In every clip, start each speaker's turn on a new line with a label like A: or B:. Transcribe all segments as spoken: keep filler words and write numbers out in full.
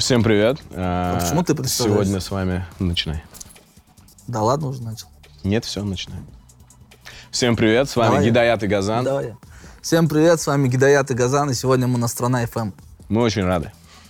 A: Всем привет.
B: А почему ты представляешь?
A: Сегодня с вами... Начинай.
B: Да ладно, уже начал.
A: Нет, все, начинай. Всем привет, с вами
B: Давай.
A: Гидаят и Газан.
B: Давай. Всем привет, с вами Гидаят и Газан, и сегодня мы на Страна эф эм.
A: Мы очень рады.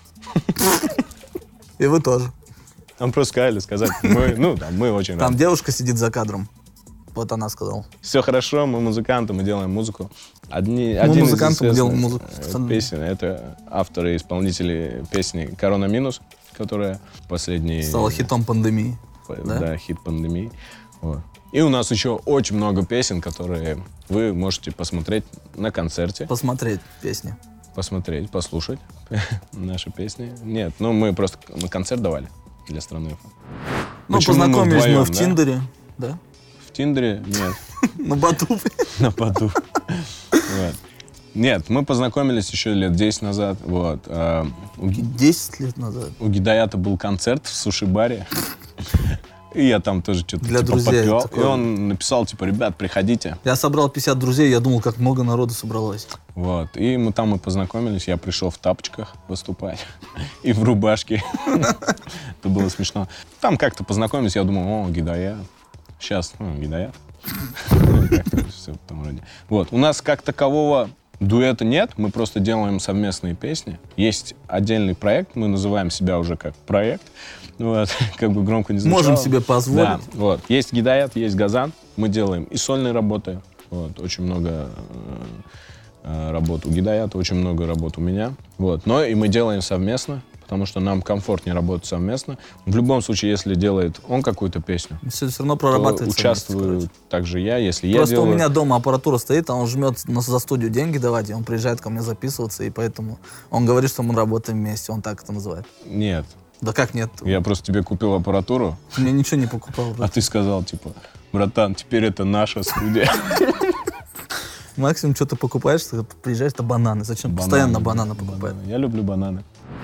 B: И вы тоже.
A: Нам просто сказали сказать. Мы, ну, да, мы очень рады.
B: Там девушка сидит за кадром. Вот она сказала.
A: Все хорошо, мы музыканты, мы делаем музыку. Одни,
B: Мы
A: один
B: музыканты,
A: из
B: мы делаем музыку.
A: песен — это авторы и исполнители песни «Корона минус», которая последний...
B: Стала хитом пандемии.
A: Да,
B: Да?
A: хит пандемии. Вот. И у нас еще очень много песен, которые вы можете посмотреть на концерте.
B: Посмотреть песни.
A: Посмотреть, послушать наши песни. Нет, ну мы просто мы концерт давали для Страны эф эм.
B: Ну,
A: Почему
B: познакомились
A: вдвоем,
B: мы в
A: да?
B: Тиндере. Да?
A: В Тиндере? Нет.
B: На Бату.
A: На Баду. Вот. Нет, мы познакомились еще лет десять назад. Вот. А, у, Ги-
B: Десять лет назад.
A: у Гидаята был концерт в суши-баре. И я там тоже что-то
B: Для
A: типа
B: друзей
A: попел.
B: такое.
A: И он написал, типа, ребят, приходите.
B: Я собрал пятьдесят друзей, я думал, как много народу собралось.
A: Вот. И мы там и познакомились. Я пришел в тапочках выступать. И в рубашке. Это было смешно. Там как-то познакомились. Я думал, о, Гидаят. Сейчас, ну, Гидаят. Ну, как-то все в том роде. Вот. У нас как такового дуэта нет. Мы просто делаем совместные песни. Есть отдельный проект. Мы называем себя уже как проект. Вот. Как бы громко не звучало.
B: Можем себе позволить.
A: Да, вот. Есть Гидаят, есть Газан. Мы делаем и сольные работы. Вот. Очень много э, работ у Гидаята, очень много работ у меня. Вот. Но и мы делаем совместно, потому что нам комфортнее работать совместно. В любом случае, если делает он какую-то песню,
B: Все, все равно
A: то
B: прорабатывается.
A: участвую
B: вместе,
A: также я, если я
B: Просто
A: делаю.
B: у меня дома аппаратура стоит, а он жмет на, за студию деньги давать, и он приезжает ко мне записываться, и поэтому он говорит, что мы работаем вместе, он так это называет.
A: Нет.
B: Да как нет?
A: Я просто тебе купил аппаратуру,
B: Ты мне ничего не покупал.
A: а
B: брат.
A: ты сказал, типа, братан, теперь это наша студия.
B: Максимум, что ты покупаешь, ты приезжаешь, это бананы. Зачем постоянно бананы покупать?
A: Я люблю бананы.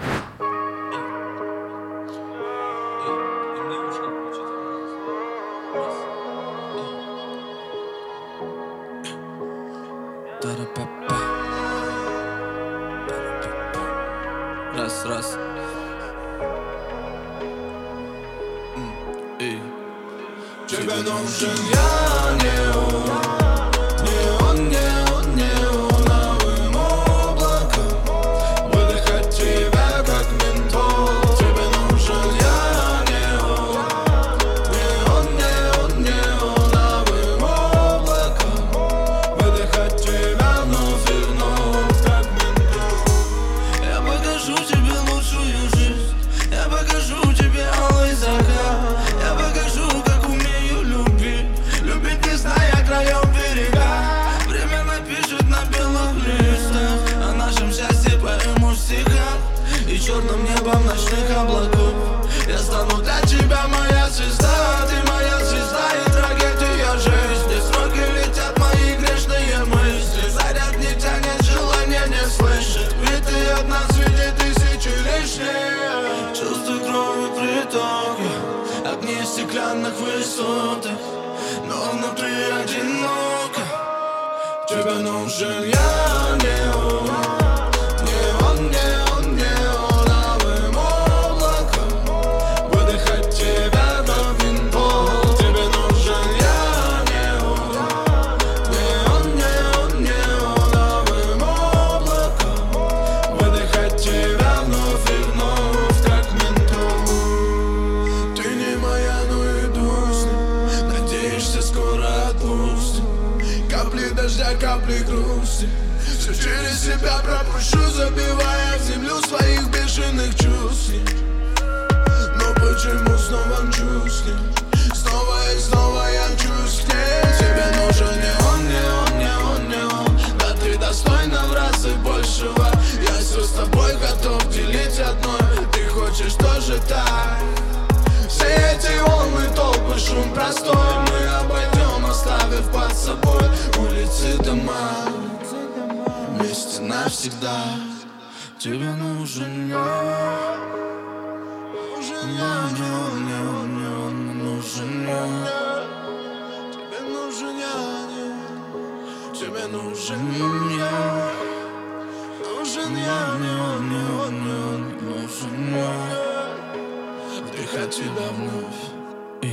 C: Раз, раз. М, эй. Тебе нужен я, не он, не он, не он, не он, новым облаком выдыхать тебя как ментол. Тебе нужен я, не он, не он, не он, не он, новым облаком выдыхать тебя вновь и вновь как ментол. Я покажу тебе лучшую жизнь, я покажу тебе алый закат, я покажу, как умею любить, любить не зная краев берега. Время напишет на белых листах о нашем счастье по ему стихах и черным небом ночных облаков. Я стану для тебя моя звезда, ты моя звезда и трагедия жизни. Сроки летят мои грешные мысли, заряд не тянет, желание не слышит, ведь ты одна среди тысячи лишних. Чувствую кровью притоки, огни стеклянных высоток, но внутри одиноко. Тебе нужен я, не он, не он, не он, не он, новым облаком выдыхать тебя до ментол. Тебе нужен я, не он, не он, не он, не он, новым облаком выдыхать тебя вновь и вновь как ментол. Ты не моя, но иду с ним, надеешься, скоро отпустим. Капли дождя, капли грусти, все через себя пропущу, забивая в землю своих бешеных чувств. Но почему снова мчусь к ним? Снова и снова я мчусь к ним. Тебе нужен не он, не он, не он, не он. Да ты достойна в разы большего. Я все с тобой готов делить одной. Ты хочешь тоже так. Все эти волны, толпы, шум простой мы обойдем, оставив под собой улицы, дома. Вместе навсегда. Тебе нужен я. Я, не он, не он, не он, нужен я. Тебе нужен я, не он. Тебе нужен я. Нужен я, не он, не он, не он, нужен нужен я, вдыхать тебя вновь. И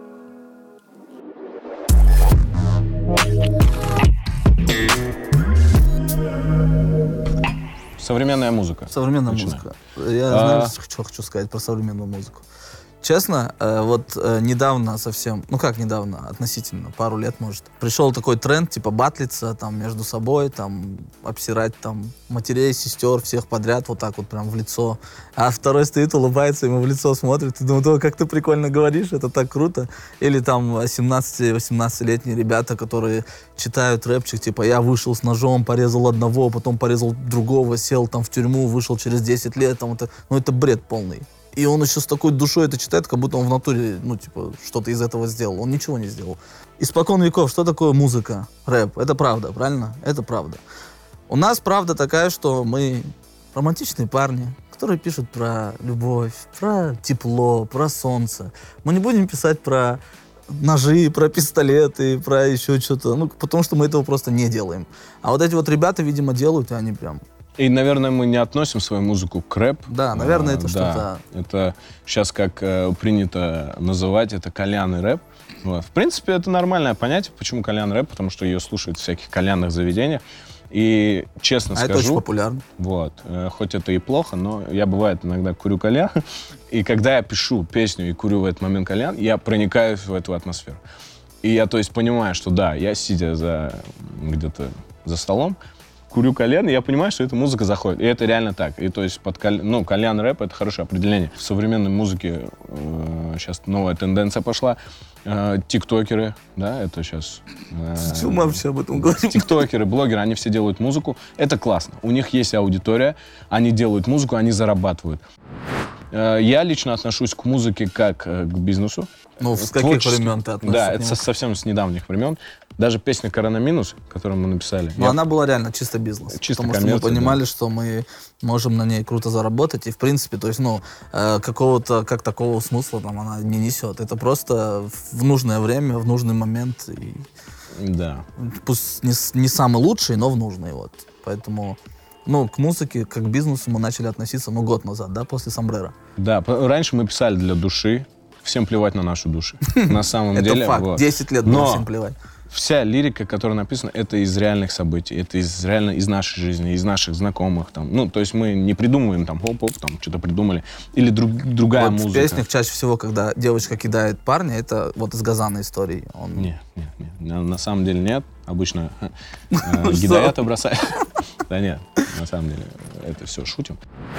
A: Современная музыка.
B: Современная
A: Начинаем.
B: музыка. Я,
A: А.
B: знаешь, что хочу сказать про современную музыку? Честно, э, вот э, недавно совсем, ну как недавно, относительно, пару лет, может, пришел такой тренд, типа, батлиться там между собой, там, обсирать там матерей, сестер, всех подряд, вот так вот прям в лицо. А второй стоит, улыбается, ему в лицо смотрит, и думает, о, как ты прикольно говоришь, это так круто. Или там семнадцати-восемнадцатилетние ребята, которые читают рэпчик, типа, я вышел с ножом, порезал одного, потом порезал другого, сел там в тюрьму, вышел через десять лет, там, это, ну это бред полный. И он еще с такой душой это читает, как будто он в натуре, ну, типа, что-то из этого сделал. Он ничего не сделал. Испокон веков, что такое музыка, рэп? Это правда, правильно? Это правда. У нас правда такая, что мы романтичные парни, которые пишут про любовь, про тепло, про солнце. Мы не будем писать про ножи, про пистолеты, про еще что-то, ну, потому что мы этого просто не делаем. А вот эти вот ребята, видимо, делают, и они прям...
A: И, наверное, мы не относим свою музыку к рэп.
B: Да, наверное, это
A: а,
B: что-то...
A: Да, это сейчас, как э, принято называть, это кальянный рэп. Вот. В принципе, это нормальное понятие. Почему кальянный рэп? Потому что ее слушают в всяких кальянных заведениях. И, честно
B: А
A: скажу...
B: это очень популярно.
A: Вот. Э, хоть это и плохо, но я, бывает, иногда курю кальян. И когда я пишу песню и курю в этот момент кальян, я проникаюсь в эту атмосферу. И я, то есть, понимаю, что да, я, сидя за где-то за столом, курю кальян, и я понимаю, что эта музыка заходит. И это реально так. И то есть под каль... ну, кальян рэп — это хорошее определение. В современной музыке э, сейчас новая тенденция пошла. Э, тиктокеры, да, это сейчас... Э,
B: Чего мы вообще об этом говорим?
A: Тиктокеры, блогеры, они все делают музыку. Это классно. У них есть аудитория, они делают музыку, они зарабатывают. Э, я лично отношусь к музыке как э, к бизнесу.
B: Ну, с каких времен ты относишься?
A: Да, это со- совсем с недавних времен. Даже песня «Коронаминус», которую мы написали.
B: Но
A: я-
B: она была реально чисто бизнес.
A: Чисто
B: потому что мы
A: коммерция,
B: понимали,
A: да.
B: что мы можем на ней круто заработать. И, в принципе, то есть, ну, э, какого-то, как такого смысла там она не несет. Это просто в нужное время, в нужный момент. И
A: Да.
B: пусть не, с- не самый лучший, но в нужный. Вот. Поэтому, ну, к музыке, как к бизнесу мы начали относиться, ну, год назад, да, после «Сомбреро».
A: Да, п- раньше мы писали для души. Всем плевать на нашу душу. На самом деле.
B: Это факт.
A: вот.
B: десять лет было
A: Но
B: всем плевать.
A: вся лирика, которая написана, это из реальных событий. Это из реально из нашей жизни, из наших знакомых. Там. Ну, то есть мы не придумываем там, оп-оп, там что-то придумали. Или друг, другая
B: Вот в
A: музыка.
B: песнях чаще всего, когда девочка кидает парня, это вот из Газана истории. Он...
A: Нет, нет, нет. На, на самом деле нет. Обычно э,
B: Что?
A: гидаята бросают. Да нет, на самом деле это все шутим.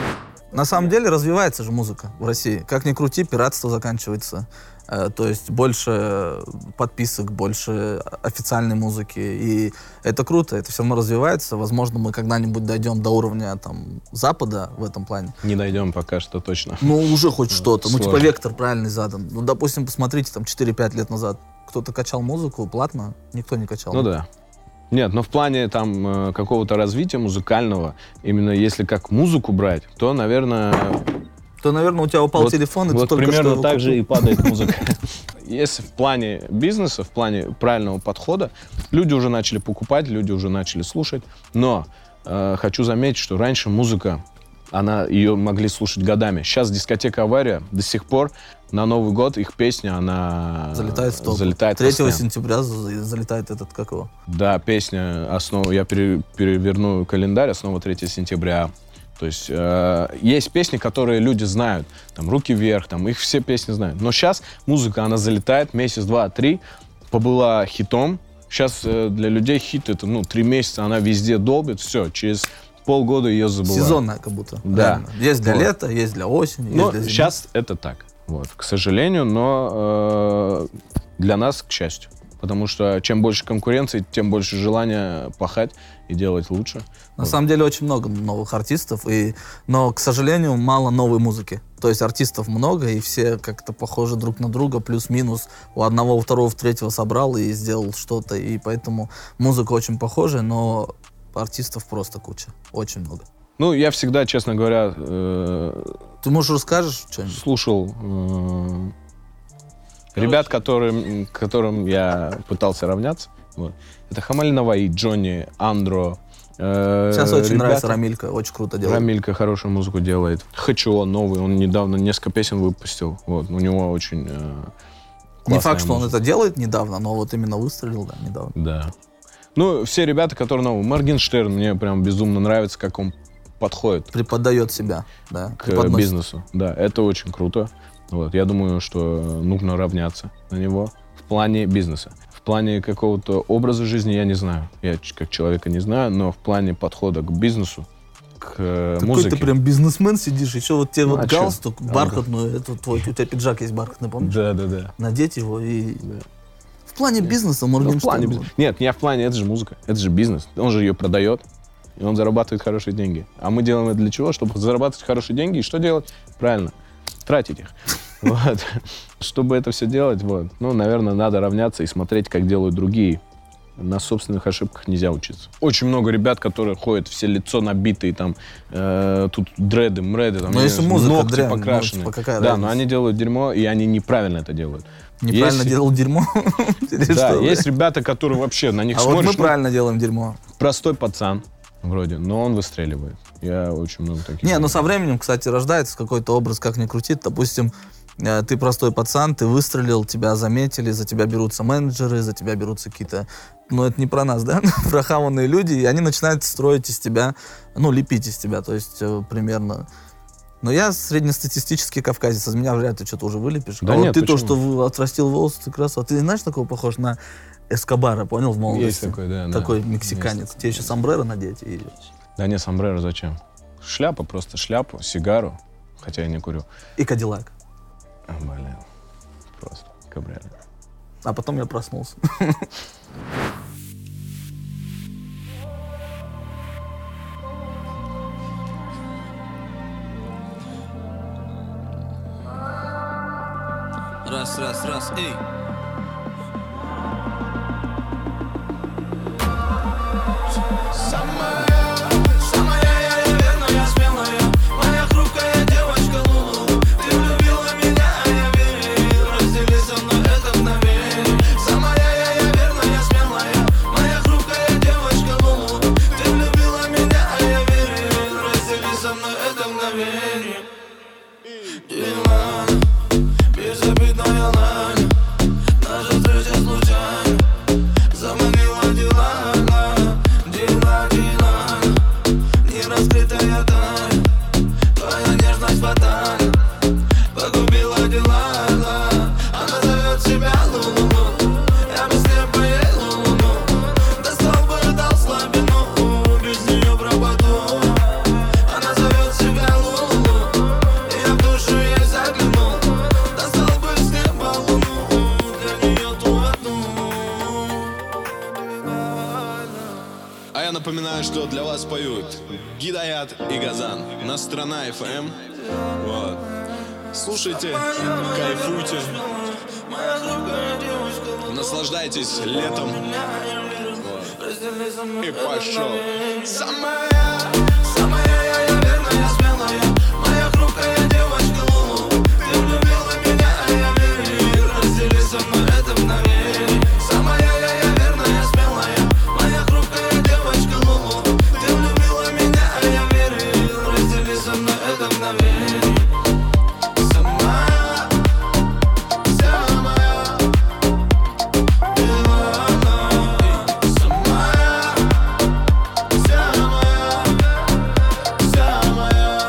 B: На самом деле развивается же музыка в России. Как ни крути, пиратство заканчивается. Э, то есть больше подписок, больше официальной музыки. И это круто, это все равно развивается. Возможно, мы когда-нибудь дойдем до уровня там, Запада в этом плане.
A: Не дойдем пока что точно.
B: Ну, уже хоть что-то. Ну,
A: сложно.
B: типа, вектор правильный задан. Ну, допустим, посмотрите, там, четыре-пять лет назад кто-то качал музыку платно, никто не качал.
A: Ну да. Нет, но в плане там э, какого-то развития музыкального, именно если как музыку брать, то, наверное...
B: То, наверное, у тебя упал
A: вот,
B: телефон, и
A: вот
B: ты только
A: примерно
B: что...
A: так же и падает музыка. Если в плане бизнеса, в плане правильного подхода, люди уже начали покупать, люди уже начали слушать, но э, хочу заметить, что раньше музыка, она, ее могли слушать годами. Сейчас дискотека «Авария» до сих пор на Новый год их песня, она
B: Залетает в топ.
A: залетает
B: третьего
A: постоянно.
B: сентября за- залетает этот, как его?
A: Да, песня основа, я пере- переверну календарь, основа третьего сентября. То есть э, есть песни, которые люди знают, там «Руки вверх», там их все песни знают. Но сейчас музыка, она залетает месяц, два, три, побыла хитом. Сейчас э, для людей хит это, ну, три месяца, она везде долбит, все, через полгода ее забывают.
B: Сезонная как будто.
A: Да.
B: Реально. Есть для
A: Вот.
B: лета, есть для осени,
A: Но
B: есть для зимы.
A: сейчас это так, вот, к сожалению, но э, для нас, к счастью. Потому что чем больше конкуренции, тем больше желания пахать и делать лучше.
B: На самом деле очень много новых артистов, и... но, к сожалению, мало новой музыки. То есть артистов много, и все как-то похожи друг на друга, плюс-минус. У одного, у второго, у третьего собрал и сделал что-то. И поэтому музыка очень похожая, но артистов просто куча. Очень много.
A: Ну, я всегда, честно говоря, э,
B: Ты, может, расскажешь что-нибудь?
A: слушал э, ребят, которым, которым я пытался равняться. Вот. Это Хамаль Наваи, Джонни, Андро, Э,
B: Сейчас очень
A: ребята,
B: нравится Рамилька, очень круто делает.
A: Рамилька хорошую музыку делает. ХЧО новый, он недавно несколько песен выпустил. Вот, у него очень э,
B: Не факт, что
A: музыка.
B: он это делает недавно, но вот именно выстрелил, да, недавно.
A: Да. Ну, все ребята, которые новые. Моргенштерн, мне прям безумно нравится, как он подходит
B: Преподает себя, да.
A: к
B: преподносит.
A: бизнесу. Да, это очень круто. Вот, я думаю, что нужно равняться на него в плане бизнеса. В плане какого-то образа жизни я не знаю. Я ч- как человека не знаю, но в плане подхода к бизнесу, к э,
B: Какой
A: музыке.
B: ты прям бизнесмен сидишь, еще вот тебе
A: Ну,
B: вот
A: а чё?
B: галстук бархатный, это твой, у тебя пиджак есть бархатный, помнишь?
A: Да, да, да.
B: Надеть его и...
A: Да.
B: В плане бизнеса
A: Ну, в
B: Моргенштерн.
A: плане
B: вот.
A: бизнеса. Нет, не в плане, это же музыка, это же бизнес. Он же ее продает, и он зарабатывает хорошие деньги. А мы делаем это для чего? Чтобы зарабатывать хорошие деньги. И что делать? Правильно, тратить их. Вот. Чтобы это все делать, вот, ну, наверное, надо равняться и смотреть, как делают другие. На собственных ошибках нельзя учиться. Очень много ребят, которые ходят, все лицо набитые, там, э, тут дреды, мреды, там,
B: Но
A: я
B: если
A: не знаю,
B: музыка
A: ногти
B: дрянь, ну,
A: покрашены.
B: типа, какая
A: да,
B: разница?
A: но они делают дерьмо, и они неправильно это делают.
B: Неправильно
A: Есть-
B: делал дерьмо. Или
A: Да,
B: что,
A: есть
B: бля?
A: ребята, которые вообще на них
B: А вот мы
A: смотришь, ну,
B: правильно делаем дерьмо.
A: простой пацан вроде, но он выстреливает. Я очень много таких.
B: Не, ну
A: знаю.
B: со временем, кстати, рождается какой-то образ, как ни крутит. Допустим, э, ты простой пацан, ты выстрелил, тебя заметили, за тебя берутся менеджеры, за тебя берутся какие-то... Ну, это не про нас, да? Прохаванные люди, и они начинают строить из тебя, ну, лепить из тебя, то есть э, примерно... Но я среднестатистический кавказец, из меня вряд ли что-то уже вылепишь.
A: Да
B: а
A: нет,
B: вот ты то,
A: почему?
B: что вы- отрастил волосы, ты красава. Ты знаешь, такого похож на Эскобара, понял, в молодости?
A: Есть такой, да. да.
B: Такой мексиканец.
A: Есть.
B: Тебе еще сомбреро надеть и...
A: Да не, сомбреро зачем? Шляпа, просто шляпу, сигару, хотя я не курю.
B: и кадиллак.
A: А, блин, просто кабриолет.
B: А потом я проснулся.
C: Раз, раз, раз, эй. Самая, самая я, я верная, смелая, моя хрупкая девочка Лулу. Ты влюбила меня, а я верю, раздели со мной это мгновение. Самая я, я верная, смелая, моя хрупкая девочка Лулу. Ты влюбила меня, а я верю, раздели со мной это мгновение. Дилан, безобидная лань, наша встреча случайна, заманила Дилана, Дила, Дилан, нераскрытая тайна, твоя нежность фатальна, погубила Дилана. Она зовет себя Лулу, я бы с ней поел Лулу, достал бы, дал слабину, без нее пропаду. Она зовет себя Лулу, я в душу ей заглянул, достал бы с неба луну, для нее ту одну. А я напоминаю, что для вас поют Гидаят и Газан на Страна эф эм. Вот. Слушайте, кайфуйте, наслаждайтесь летом. Вот. И пошел. Самая, самая я, я верная, смелая, моя хрупкая девочка Лулу. Ты влюбила меня, а я верю, раздели со мной это мгновение. Самая я, я верная, смелая, моя хрупкая девочка Лулу. Ты влюбила меня, а я верю, раздели со мной это мгновение. Самая, вся моя, Дилана, самая, вся моя, вся моя.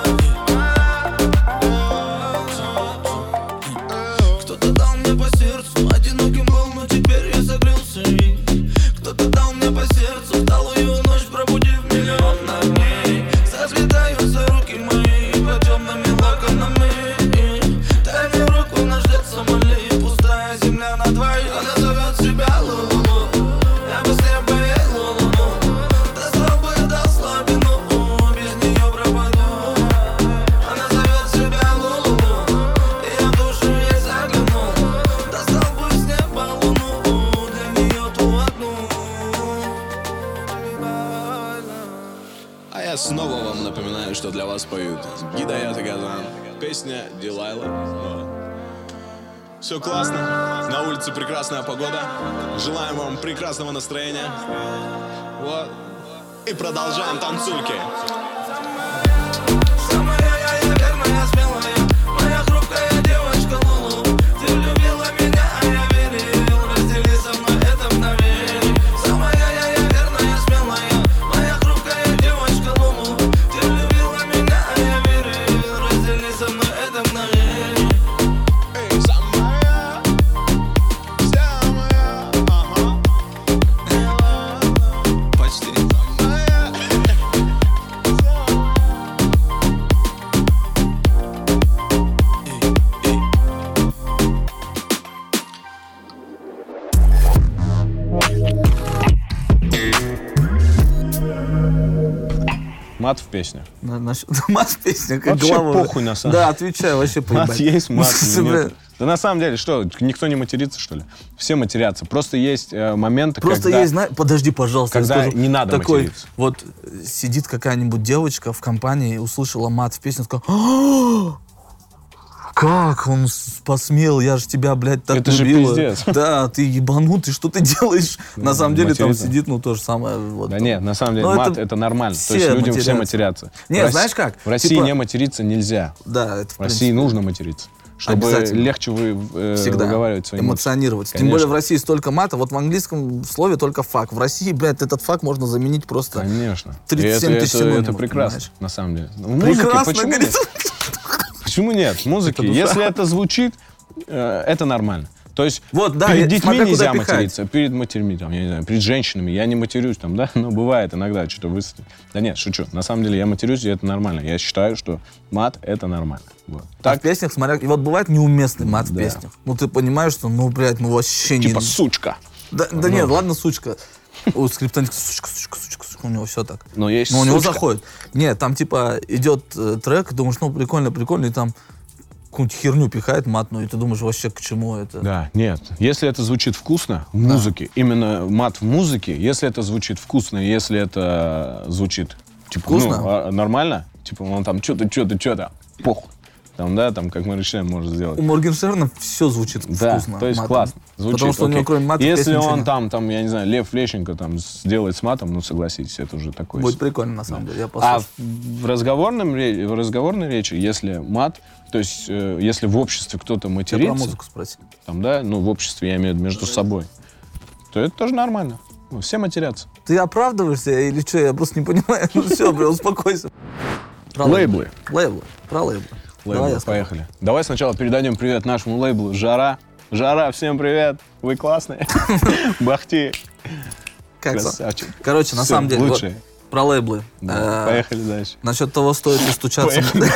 C: Кто-то дал мне по сердцу, одиноким был, но теперь я согрелся. И кто-то дал мне по сердцу, вдалую ночь пробудив миллион огней. Заплетаются руки мои по темными локонами. Дай мне руку, нас ждет Сомали, пустая земля на двоих. Она зовет себя Лулу, я бы с ней поел Лулу, достал бы, дал слабину, без нее пропаду. Она зовет себя Лулу, и я в душу ей заглянул, достал бы с неба луну, для нее ту одну. А я снова вам напоминаю, что для вас поют Гидаят и Газан. Песня Дилайла. Все классно, на улице прекрасная погода. Желаем вам прекрасного настроения. Вот.
A: И продолжаем танцульки. Мат в песнях.
B: На, насчет мат в песнях, как
A: вообще
B: глава.
A: похуй на самом
B: деле. Да,
A: деле.
B: отвечаю, вообще поебать.
A: Мат есть, мат нет. Да на самом деле, что, никто не матерится, что ли? Все матерятся. Просто есть э, моменты,
B: Просто
A: когда...
B: есть, знаешь, подожди, пожалуйста,
A: когда
B: я скажу.
A: не надо
B: такой,
A: материться.
B: Вот сидит какая-нибудь девочка в компании и услышала мат в песне, сказала: «А, как он с- посмел, я же тебя, блядь, так
A: Это же
B: любила».
A: пиздец.
B: Да, ты ебанутый, что ты делаешь? На самом деле там
A: материться.
B: сидит, ну, то же самое. Вот,
A: Да
B: там.
A: нет, на самом деле
B: Но
A: мат
B: это
A: это, нормально.
B: все
A: То есть людям все
B: матерятся.
A: матерятся.
B: Не,
A: В России-
B: знаешь как?
A: В России
B: Типа-
A: не материться нельзя.
B: Да, это в
A: В России
B: принципе,
A: нужно материться, чтобы
B: Обязательно.
A: легче вы, э,
B: всегда
A: выговаривать свои эмоции.
B: эмоционировать. Тем
A: Конечно.
B: более в России столько мата. Вот в английском слове только фак. В России, блядь, этот фак можно заменить просто...
A: Конечно.
B: тридцать
A: И
B: семь
A: это,
B: тысяч
A: это, это
B: синонимов,
A: прекрасно,
B: понимаешь?
A: на самом деле. В музыке
B: Прекрасно,
A: почему
B: говорит.
A: нет? Почему нет? В музыке,
B: Это душа.
A: если это звучит, э, это нормально. То есть
B: Вот, да,
A: перед
B: и
A: детьми
B: смотря куда
A: нельзя
B: пихать.
A: материться, перед матерьми, там, я не знаю, перед женщинами я не матерюсь, там, да, но бывает иногда что-то выстрелит. Да нет, шучу. На самом деле я матерюсь, и это нормально. Я считаю, что мат — это нормально. Вот.
B: А в
A: Так,
B: песнях, смотря... И вот бывает неуместный мат в
A: Да.
B: песнях. Ну, ты понимаешь, что, ну, блядь, ну, вообще
A: типа
B: не...
A: сучка.
B: Да, да нет, ладно, сучка. У скриптоника сучка, сучка, сучка, сучка, у него все так.
A: Но есть
B: Но у него
A: сучка.
B: заходит. Нет, там, типа, идет э, трек, думаешь, ну, прикольно, прикольно, и там какую-нибудь херню пихает матную, и ты думаешь, вообще, к чему это?
A: Да, нет. Если это звучит вкусно в музыке, именно мат в музыке, если это звучит вкусно, если это звучит типа,
B: Вкусно?
A: ну, а- нормально, типа он там что-то, что-то, что-то, похуй. Там, да, там, как Моргенштерн может сделать.
B: У Моргенштерна все звучит
A: Да,
B: вкусно.
A: то есть
B: матом.
A: классно. Звучит,
B: Потому что у него
A: окей.
B: кроме мата в
A: Если
B: песне ничего
A: он
B: нет.
A: там, там, я не знаю, Лев Лещенко там сделает с матом, ну согласитесь, это уже такое.
B: Будет
A: себе.
B: прикольно, на самом деле, я
A: А
B: послушаю.
A: в разговорном, ре- в разговорной речи, если мат, то есть э, если в обществе кто-то
B: Я про
A: матерится,
B: музыку спросил.
A: там, да, ну в обществе я имею в виду между собой, то это тоже нормально. Ну, все матерятся.
B: Ты оправдываешься или что? Я просто не понимаю. Ну все, бля, успокойся. Про
A: Лейблы.
B: Лейблы. Про лейблы. Давай
A: Лейблы,
B: я скажу.
A: поехали. Давай сначала передадим привет нашему лейблу «Жара». «Жара», всем привет, вы классные. Бахти.
B: Как за-
A: Красавчик.
B: Короче, на
A: Всё,
B: самом деле, вот
A: лучшие.
B: про лейблы.
A: Да,
B: Э,
A: Поехали дальше.
B: Насчет того, стоит ли стучаться.
A: Поехали.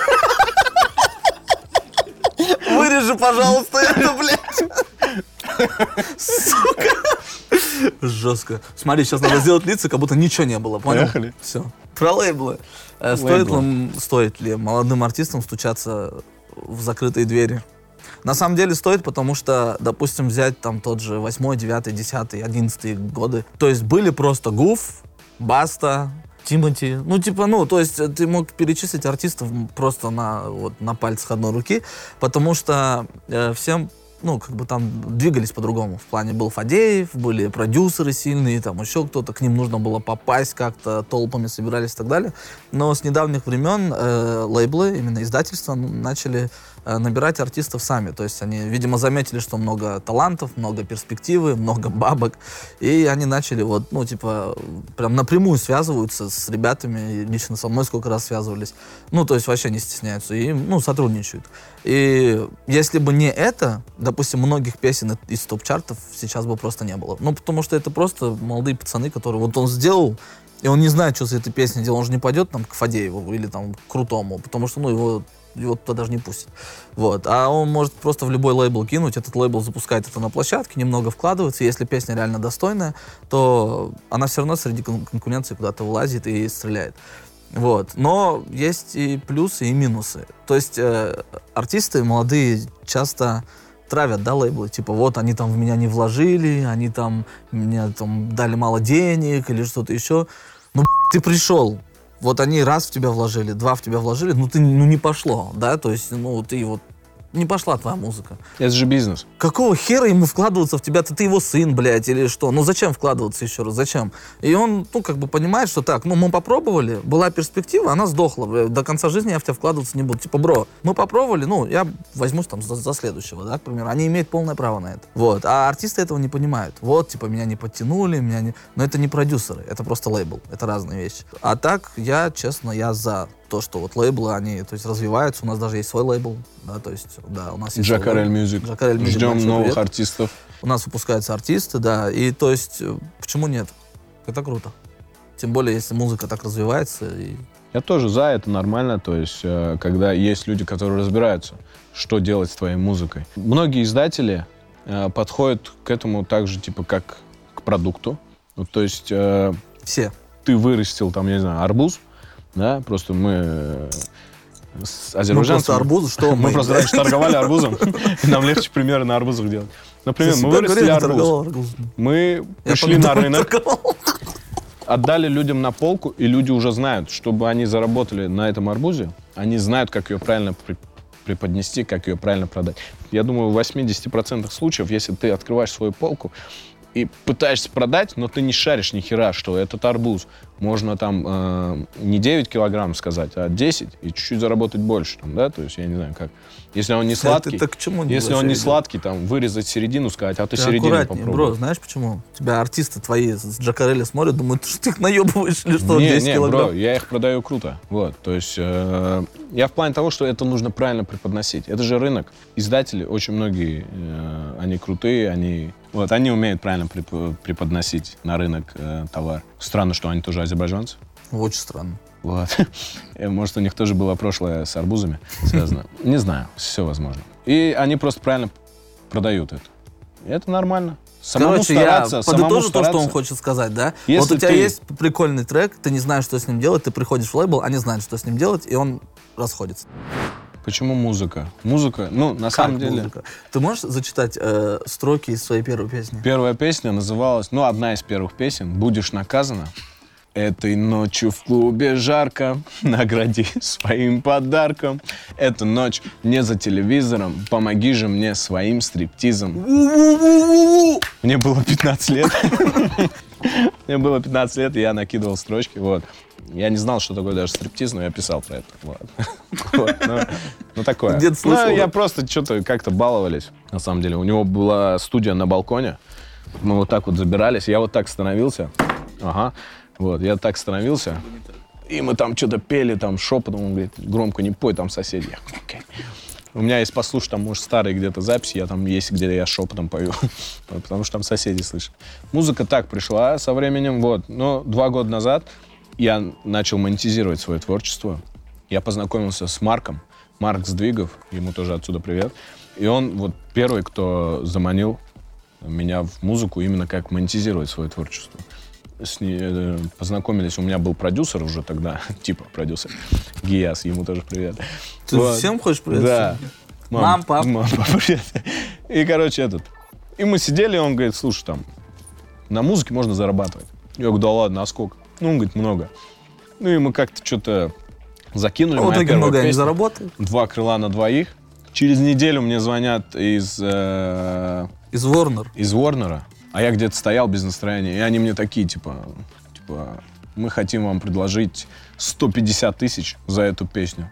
B: Вырежи, пожалуйста, это, блядь. Сука. Жестко. Смотри, сейчас надо сделать лица, как будто ничего не было, понял?
A: Поехали.
B: Все. Про лейблы. Э, Стоит
A: Лейблы.
B: ли, стоит ли молодым артистам стучаться в закрытые двери? На самом деле стоит, потому что, допустим, взять там тот же восьмой, девятый, десятый, одиннадцатый годы. То есть были просто Гуф, Баста, Тимати. Ну, типа, ну, то есть ты мог перечислить артистов просто на, вот, на пальцах одной руки, потому что э, всем, ну, как бы там двигались по-другому. В плане был Фадеев, были продюсеры сильные, там еще кто-то, к ним нужно было попасть как-то, толпами собирались и так далее. Но с недавних времен э, лейблы, именно издательства, ну, начали э, набирать артистов сами. То есть они, видимо, заметили, что много талантов, много перспективы, много бабок, и они начали вот, ну, типа, прям напрямую связываются с ребятами, и лично со мной сколько раз связывались. Ну, то есть вообще не стесняются и, ну, сотрудничают. И если бы не это, допустим, многих песен из топ-чартов сейчас бы просто не было. Ну, потому что это просто молодые пацаны, которые вот он сделал, и он не знает, что за этой песней делал. Он же не пойдет там к Фадееву или там к Крутому, потому что, ну, его, его туда даже не пустят. Вот. А он может просто в любой лейбл кинуть, этот лейбл запускает это на площадке, немного вкладывается, и если песня реально достойная, то она все равно среди кон- конкуренции куда-то вылазит и стреляет. Вот. Но есть и плюсы, и минусы. То есть э, артисты молодые часто травят, да, лейблы. Типа, вот, они там в меня не вложили, они там мне там дали мало денег или что-то еще. Ну, ты пришел. Вот они раз в тебя вложили, два в тебя вложили, ну, ты, ну, не пошло, да, то есть, ну, ты вот, не пошла твоя музыка.
A: Это же бизнес.
B: Какого хера ему вкладываться в тебя? Ты, ты его сын, блядь, или что? Ну зачем вкладываться еще раз? Зачем? И он, ну, как бы понимает, что так, ну, мы попробовали, была перспектива, она сдохла. До конца жизни я в тебя вкладываться не буду. Типа, бро, мы попробовали, ну, я возьмусь там за, за следующего, да, к примеру. Они имеют полное право на это. Вот. А артисты этого не понимают. Вот, типа, меня не подтянули, меня не... Но это не продюсеры, это просто лейбл. Это разные вещи. А так, я, честно, я за то, что вот лейблы, они, то есть, развиваются. У нас даже есть свой лейбл, да, то есть, да, у нас есть...
A: Джакарель Мьюзик. Ждем новых привет. артистов.
B: У нас выпускаются артисты, да, и, то есть, почему нет? Это круто. Тем более, если музыка так развивается. И...
A: Я тоже за, это нормально, то есть, когда есть люди, которые разбираются, что делать с твоей музыкой. Многие издатели э, подходят к этому так же, типа, как к продукту. Ну, то есть... Э,
B: Все.
A: Ты вырастил, там, я не знаю, арбуз, да, просто мы э, с азербайджанцами...
B: Мы просто арбуз, что мы?
A: Мы просто раньше торговали арбузом, и нам легче примеры на арбузах делать. Например, мы вырастили арбуз, мы пришли на рынок, отдали людям на полку, и люди уже знают, чтобы они заработали на этом арбузе, они знают, как ее правильно преподнести, как ее правильно продать. Я думаю, в восемьдесят процентов случаев, если ты открываешь свою полку и пытаешься продать, но ты не шаришь ни хера, что этот арбуз можно там э, не девять килограмм сказать, а десять, и чуть-чуть заработать больше, там, да, то есть я не знаю как. Если он не сладкий,
B: это, это к чему
A: если он не идет? Сладкий, там, вырезать середину, сказать, а ты, ты середину попробуй.
B: Бро, знаешь почему? Тебя артисты твои с Джакарелли смотрят, думают, что ты их наебываешь или что,
A: не,
B: десять
A: не,
B: килограмм?
A: Бро, я их продаю круто, вот, то есть э, я в плане того, что это нужно правильно преподносить. Это же рынок. Издатели, очень многие, э, они крутые, они, вот, они умеют правильно преподносить на рынок э, товар. Странно, что они тоже азербайджанцы.
B: Очень странно.
A: Вот. Может, у них тоже было прошлое с арбузами связано. Не знаю, все возможно. И они просто правильно продают это. И это нормально. Самому
B: Короче,
A: стараться,
B: я
A: самому
B: подытожу
A: стараться.
B: то, что он хочет сказать, да?
A: Если
B: вот у тебя
A: ты...
B: есть прикольный трек, ты не знаешь, что с ним делать, ты приходишь в лейбл, они знают, что с ним делать, и он расходится.
A: Почему музыка? Музыка, ну, на
B: как
A: самом деле...
B: Музыка? Ты можешь зачитать э, строки из своей первой песни?
A: Первая песня называлась, ну, одна из первых песен «Будешь наказана». Этой ночью в клубе жарко, награди своим подарком. Эта ночь не за телевизором, помоги же мне своим стриптизом. Мне было пятнадцать лет. Мне было пятнадцать лет, и я накидывал строчки, вот. Я не знал, что такое даже стриптиз, но я писал про это. Вот. Вот, ну, ну, такое.
B: Где-то слышал,
A: ну,
B: да?
A: я просто что-то как-то баловались, на самом деле. У него была студия на балконе. Мы вот так вот забирались, я вот так становился. Ага. Вот, я так становился, и мы там что-то пели, там, шепотом, он говорит, громко не пой, там соседи. Я, okay. У меня есть послушать, там, может, старые где-то записи, я там есть, где я шепотом пою, потому что там соседи слышат. Музыка так пришла со временем, вот, но два года назад я начал монетизировать свое творчество. Я познакомился с Марком, Марк Сдвигов, ему тоже отсюда привет, и он вот первый, кто заманил меня в музыку именно как монетизировать свое творчество. С ней, э, познакомились, у меня был продюсер уже тогда, типа продюсер, Гияс, ему тоже привет.
B: Ты вот. Всем хочешь привет?
A: Да.
B: Мам, Мам пап.
A: Мам, папа, привет. И, короче, этот. И мы сидели, и он говорит, слушай, там, на музыке можно зарабатывать. Я говорю, да ладно, а сколько? Ну, он говорит, много. Ну, и мы как-то что-то закинули.
B: В итоге много не заработал.
A: Два крыла на двоих. Через неделю мне звонят из... Э,
B: из Warner.
A: Из Warner. А я где-то стоял без настроения, и они мне такие, типа, типа, мы хотим вам предложить сто пятьдесят тысяч за эту песню.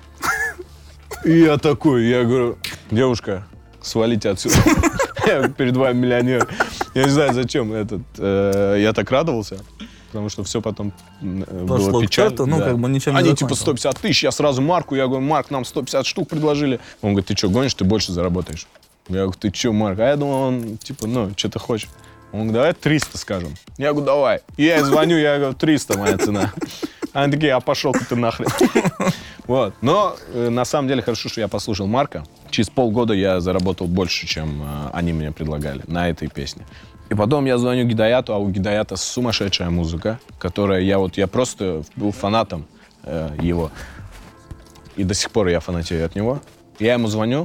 A: И я такой, я говорю, девушка, свалите отсюда. Я перед вами миллионер. Я не знаю, зачем этот. Я так радовался, потому что все потом было печально.
B: Ну, как бы ничем не
A: Они типа сто пятьдесят тысяч, я сразу Марку, я говорю, Марк, нам сто пятьдесят штук предложили. Он говорит, ты что, гонишь, ты больше заработаешь. Я говорю, ты чё, Марк? А я думал, он, типа, ну, что ты хочешь? Он говорит, давай триста скажем. Я говорю, давай. И я звоню, я говорю, триста моя цена. Они такие, а пошел-ка ты нахрен. Вот. Но, э, на самом деле, хорошо, что я послушал Марка. Через полгода я заработал больше, чем э, они мне предлагали на этой песне. И потом я звоню Гидаяту, а у Гидаята сумасшедшая музыка, которая я вот, я просто был фанатом э, его. И до сих пор я фанатею от него. Я ему звоню,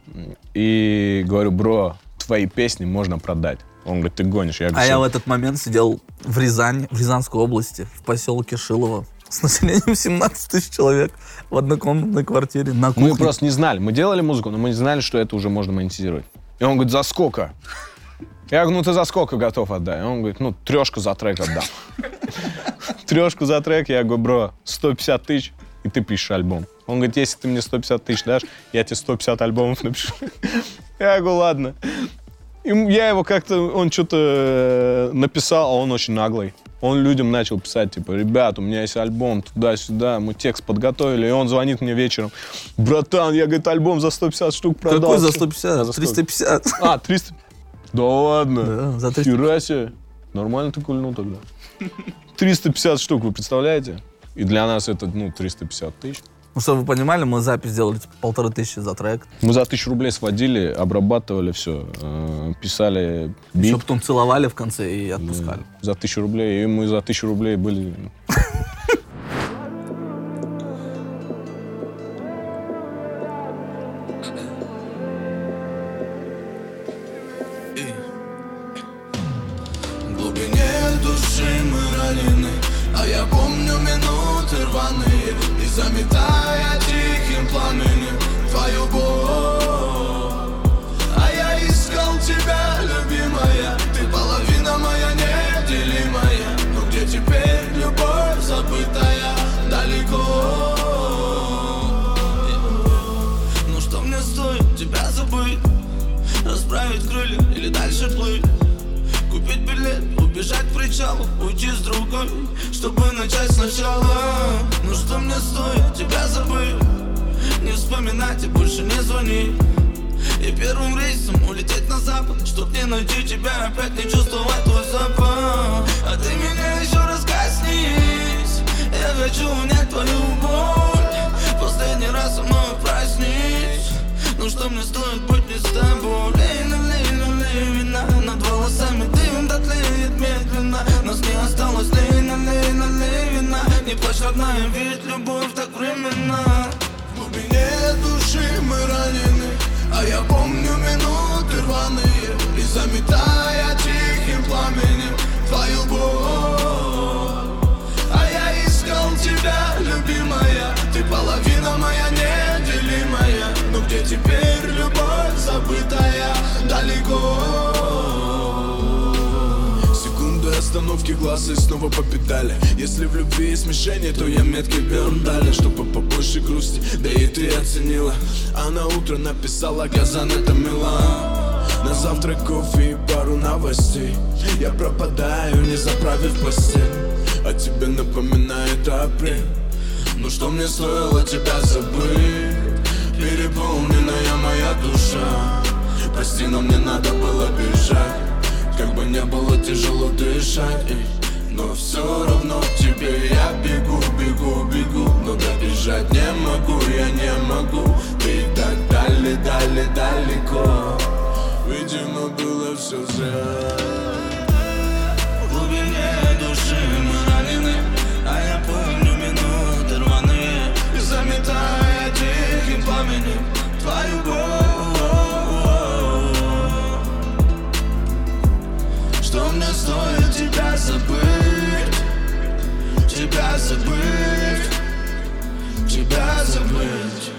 A: и говорю, бро, твои песни можно продать. Он говорит, ты гонишь. Я говорю,
B: а я в этот момент сидел в Рязани, в Рязанской области, в поселке Шилово. с населением семнадцать тысяч человек в однокомнатной квартире на кухне.
A: Мы просто не знали. Мы делали музыку, но мы не знали, что это уже можно монетизировать. И он говорит, за сколько? Я говорю, ну ты за сколько готов отдать? И он говорит, ну трешку за трек отдам. Трешку за трек, я говорю, бро, сто пятьдесят тысяч, и ты пишешь альбом. Он говорит, если ты мне сто пятьдесят тысяч дашь, я тебе сто пятьдесят альбомов напишу. Я говорю, ладно. И я его как-то, он что-то написал, а он очень наглый. Он людям начал писать, типа, ребят, у меня есть альбом, туда-сюда, мы текст подготовили, и он звонит мне вечером. Братан, я, говорит, альбом за сто пятьдесят штук продал.
B: Какой за сто пятьдесят? За триста пятьдесят.
A: А, триста? Да ладно.
B: Да, за триста.
A: Хера себе. Нормально ты кульнул тогда. триста пятьдесят штук, вы представляете? И для нас это, ну, триста пятьдесят тысяч.
B: Ну, чтобы вы понимали, мы запись сделали типа, полторы тысячи за трек.
A: Мы за тысячу рублей сводили, обрабатывали все, э, писали бит.
B: Еще потом целовали в конце и отпускали.
A: Да, за тысячу рублей. И мы за тысячу рублей были...
C: В глубине души мы ранены, а я помню минуты рваные, и заметая тихим пламенем твою боль. А я искал тебя, любимая, ты половина моя неделимая. Но где теперь любовь забытая далеко? Ну что мне стоит тебя забыть, расправить крылья или дальше плыть? Купить билет, убежать к причалу, уйти с другой, чтобы начать сначала. Ну что мне стоит тебя забыть, не вспоминать и больше не звонить, и первым рейсом улететь на запад, чтоб не найти тебя, опять не чувствовать твой запах. А ты меня еще раз коснись, я хочу унять твою боль, последний раз со мной проснись. Ну что мне стоит быть не с тобой? Лей, налей, налей вина над волосами, дым дотлеет медленно. Нас не осталось, лей, налей, налей вина. Не плачь, родная, ведь любовь так временна. В глубине души мы ранены, а я помню минуты рваные, и заметая тихим пламенем твою боль. А я искал тебя, любимая, ты половина моя неделимая. Но где теперь любовь забытая далеко? Секунды остановки глаз и снова по педали. Если в любви смешение, то я меткий берн дали, чтобы побольше грусти, да и ты оценила. А на утро написала Газан, это мила. На завтрак кофе и пару новостей. Я пропадаю, не заправив постель, а тебе напоминает апрель. Ну что мне стоило тебя забыть? Переполненная моя душа, прости, но мне надо было бежать. Как бы не было тяжело дышать, но все равно к тебе я бегу, бегу, бегу. Но добежать не могу, я не могу. Ты так дали, дали, далеко. Видимо, было все зря. В глубине души мы ранены, а я помню минуты рваные, и заметая тихим пламенем твою боль. Что мне стоит тебя забыть, тебя забыть, тебя забыть.